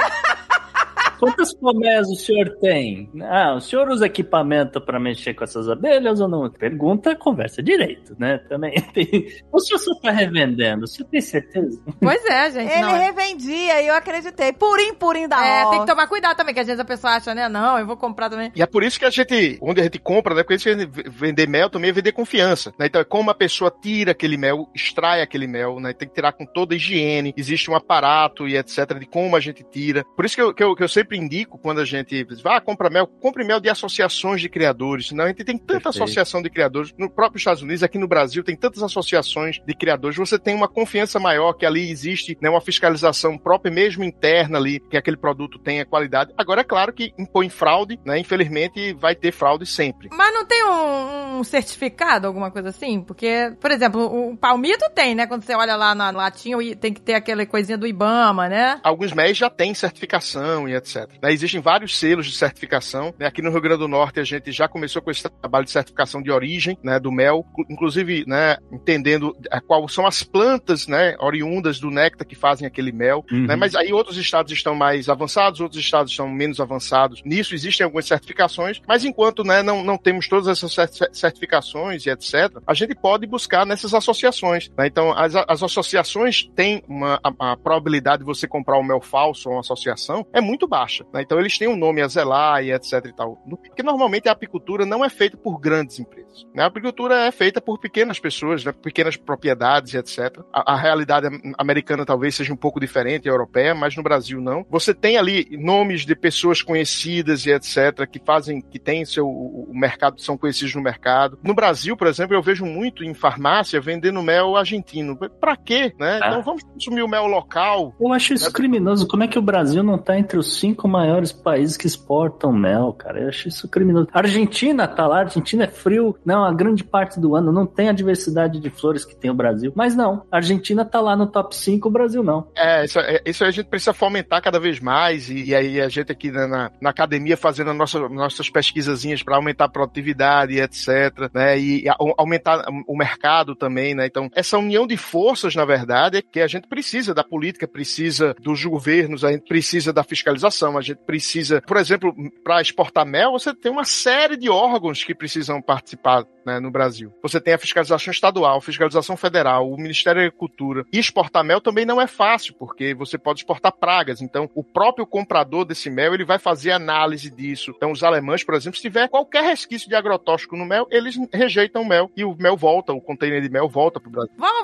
Quantas colmeias o senhor tem? Ah, o senhor usa equipamento pra mexer com essas abelhas ou não? Pergunta, conversa direito, né? Também tem... O senhor só tá revendendo, o senhor tem certeza? Pois é, gente. Ele não, revendia e eu acreditei. Purim, purim da É, roça. tem que tomar cuidado também, que às vezes a pessoa acha, né? Não, eu vou comprar também. E é por isso que a gente, onde a gente compra, né? Porque isso vender mel também é vender confiança, né? Então é como a pessoa tira aquele mel, extrai aquele mel, né? Tem que tirar com toda a higiene, existe um aparato e etcétera de como a gente tira. Por isso que eu, que eu, que eu sempre indico quando a gente vai, ah, compra mel, compre mel de associações de criadores, senão a gente tem tanta Perfeito. associação de criadores, no próprio Estados Unidos, aqui no Brasil, tem tantas associações de criadores, você tem uma confiança maior que ali existe, né, uma fiscalização própria, mesmo interna ali, que aquele produto tenha qualidade. Agora, é claro que impõe fraude, né, infelizmente vai ter fraude sempre. Mas não tem um, um certificado, alguma coisa assim? Porque, por exemplo, o palmito tem, né, quando você olha lá na latinha, tem que ter aquela coisinha do Ibama, né? Alguns méis já têm certificação e etcétera. Né, existem vários selos de certificação, né? Aqui no Rio Grande do Norte a gente já começou com esse trabalho de certificação de origem, né, do mel, inclusive, né, entendendo quais são as plantas, né, oriundas do néctar que fazem aquele mel, uhum. né, mas aí outros estados estão mais avançados, outros estados estão menos avançados. Nisso existem algumas certificações, mas enquanto, né, não, não temos todas essas certificações e etcétera, a gente pode buscar nessas associações, né? Então as, as associações têm uma a, a probabilidade de você comprar um mel falso ou uma associação é muito baixa, né? Então eles têm um nome a zelar e etc e tal. Porque normalmente a apicultura não é feita por grandes empresas, né? A apicultura é feita por pequenas pessoas, né? Pequenas propriedades e etcétera. A, a realidade americana talvez seja um pouco diferente, a europeia, mas no Brasil não. Você tem ali nomes de pessoas conhecidas e etcétera que fazem, que tem seu o mercado, são conhecidos no mercado. No Brasil, por exemplo, eu vejo muito em farmácia vendendo mel argentino. Pra quê, né? Ah. Então vamos consumir o mel local. Eu acho isso né? criminoso. Como é que o Brasil não tá entre os cinco maiores países que exportam mel, cara? Eu acho isso criminoso. A Argentina tá lá, a Argentina é frio, não, a grande parte do ano não tem a diversidade de flores que tem o Brasil, mas não, a Argentina tá lá no top cinco, o Brasil não. É, isso, é, isso a gente precisa fomentar cada vez mais, e, e aí a gente aqui na, na academia fazendo a nossa, nossas pesquisazinhas para aumentar a produtividade e etcétera, né, e a, aumentar o mercado também, né, então essa união de forças, na verdade, é que a gente precisa da política, precisa dos governos, a gente precisa da fiscalização, a gente precisa, por exemplo, para exportar mel, você tem uma série de órgãos que precisam participar, né, no Brasil. Você tem a fiscalização estadual, a fiscalização federal, o Ministério da Agricultura. E exportar mel também não é fácil, porque você pode exportar pragas. Então, o próprio comprador desse mel, ele vai fazer análise disso. Então, os alemães, por exemplo, se tiver qualquer resquício de agrotóxico no mel, eles rejeitam o mel e o mel volta, o container de mel volta para o Brasil. Vamos, vamos levantar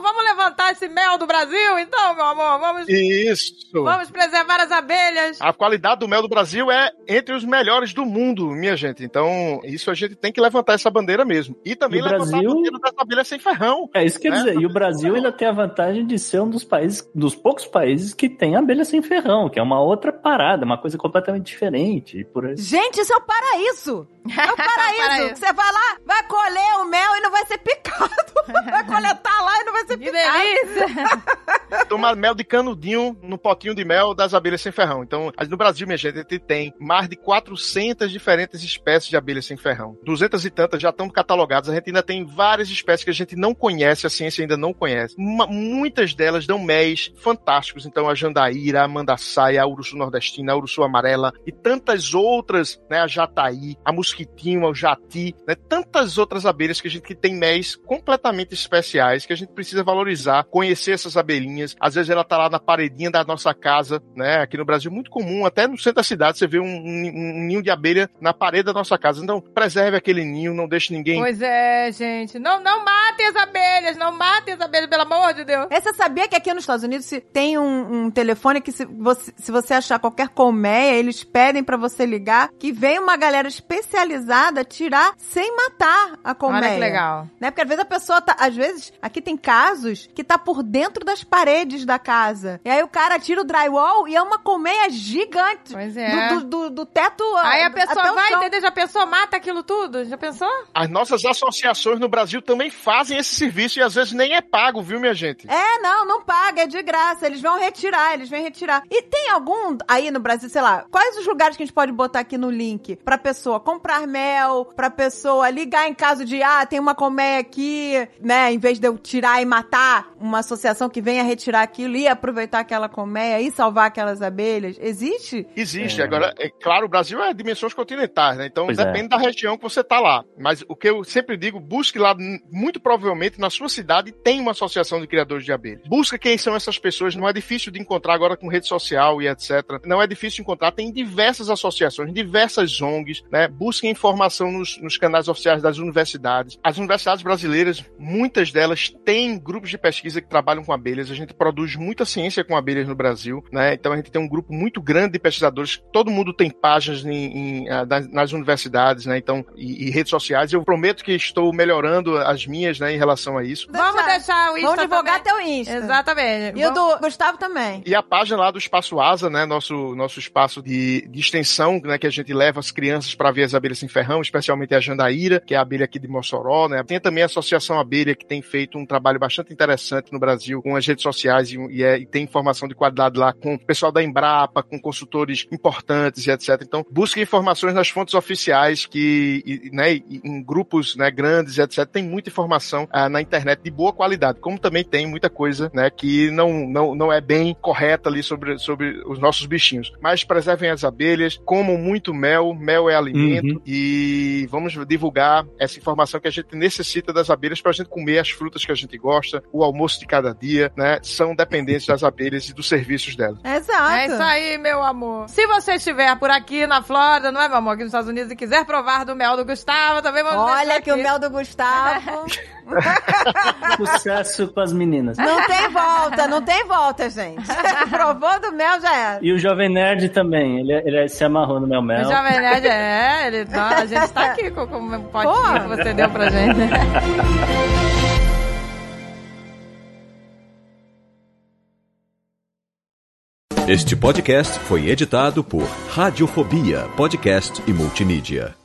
levantar esse mel do Brasil, então, meu amor. Vamos, Isso. vamos preservar as abelhas. A qualidade do mel do Brasil é entre os melhores do mundo, minha gente. Então, isso a gente tem que levantar essa bandeira mesmo. E também E o levantar Brasil- a bandeira das abelhas sem ferrão. É isso que eu ia É, dizer. E o Brasil ainda tem a vantagem de ser um dos países, dos poucos países que tem abelha sem ferrão, que é uma outra parada, uma coisa completamente diferente. E por aí. Gente, isso é o paraíso. É o paraíso. Paraíso. Você vai lá, vai colher o mel e não vai ser picado. Vai coletar lá e não vai ser Que picado. delícia. Tomar mel de canudinho no potinho de mel das abelhas sem ferrão. Então, no Brasil, minha gente, a gente tem mais de quatrocentas diferentes espécies de abelhas sem ferrão. duzentas e tantas já estão catalogadas. A gente ainda tem várias espécies que a gente não conhece, a ciência ainda não conhece. Ma- muitas delas dão méis fantásticos. Então, a jandaíra, a mandaçaia, a urussu nordestina, a urussu amarela e tantas outras, né? A jataí, a mosquitinho, o jati, né? Tantas outras abelhas que a gente que tem méis completamente especiais que a gente precisa valorizar, conhecer essas abelhinhas. Às vezes ela tá lá na paredinha da nossa casa, né? Aqui no Brasil é muito comum, até no centro da cidade você vê um, um- um ninho de abelha na parede da nossa casa. Então, preserve aquele ninho, não deixe ninguém... Pois é, gente. Não, não matem as abelhas, não matem as abelhas, pelo amor de Deus. É, você sabia que aqui nos Estados Unidos se tem um, um telefone que se você, se você achar qualquer colmeia, eles pedem pra você ligar, que vem uma galera especializada tirar sem matar a colmeia. Olha que legal. Né? Porque às vezes a pessoa tá, às vezes, aqui tem casos que tá por dentro das paredes da casa. E aí o cara tira o drywall e é uma colmeia gigante. Pois é. Do, do, do, do teto Aí a até pessoa o vai, chão. entendeu? Já pensou, mata aquilo tudo? Já pensou? As nossas associações no Brasil também fazem esse serviço e às vezes nem é pago, viu, minha gente? É, não, não paga, é de graça. Eles vão retirar, eles vêm retirar. E tem algum aí no Brasil, sei lá, quais os lugares que a gente pode botar aqui no link pra pessoa comprar mel, pra pessoa ligar em caso de, ah, tem uma colmeia aqui, né, em vez de eu tirar e matar, uma associação que venha retirar aquilo e aproveitar aquela colmeia e salvar aquelas abelhas. Existe? Existe. É. Agora, é claro, o Brasil é dimensões continentais, né? Então Pois depende é. da região que você tá lá. Mas o que eu sempre digo, busque lá, muito provavelmente na sua cidade tem uma associação de criadores de abelhas. Busca quem são essas pessoas, não é difícil de encontrar agora com rede social e etcétera. Não é difícil de encontrar, tem diversas associações, diversas O N Gs, né? Busquem informação nos, nos canais oficiais das universidades. As universidades brasileiras, muitas delas têm grupos de pesquisa que trabalham com abelhas. A gente produz muita ciência com abelhas no Brasil, né? Então a gente tem um grupo muito grande de pesquisadores. Todo mundo tem páginas em, em, ah, nas, nas universidades, né? Então, e, e redes sociais. Eu prometo que estou melhorando as minhas, né, em relação a isso. Vamos deixar o Insta Vamos divulgar também. teu Insta. Exatamente. E o Vamos- do Gustavo também. E a página lá do Espaço Asa, né, nosso, nosso espaço de, de extensão, né, que a gente leva as crianças para ver as abelhas sem ferrão, especialmente a jandaíra, que é a abelha aqui de Mossoró, né. Tem também a Associação Abelha, que tem feito um trabalho bastante interessante no Brasil com as redes sociais e, e, é, e tem informação de qualidade lá com o pessoal da Embrapa, com consultores importantes e etcétera. Então, busque informações nas fontes oficiais que, e, né, e, em grupos, né, grandes, etcétera. Tem muita informação ah, na internet de boa qualidade, como também tem muita coisa, né, que não, não, não é bem correta ali sobre, sobre os nossos bichinhos. Mas preservem as abelhas, comam muito mel, mel é alimento, Uhum. e vamos divulgar essa informação que a gente necessita das abelhas para a gente comer as frutas que a gente gosta, o almoço de cada dia, né, são dependentes das abelhas e dos serviços delas. Exato. É isso aí, meu amor. Se você estiver por aqui na Flórida, não é, meu amor, aqui nos Estados Unidos, e quiser provar do mel do Gustavo, também vamos Olha deixar que o aqui. mel do Gustavo. Sucesso com as meninas. Não tem volta, não tem volta, gente. Provou do mel, já era. E o Jovem Nerd também, ele, ele se amarrou no meu mel. O Jovem Nerd é, ele, não, a gente tá aqui com, com o potinho Pô. que você deu pra gente. Este podcast foi editado por Radiofobia, podcast e multimídia.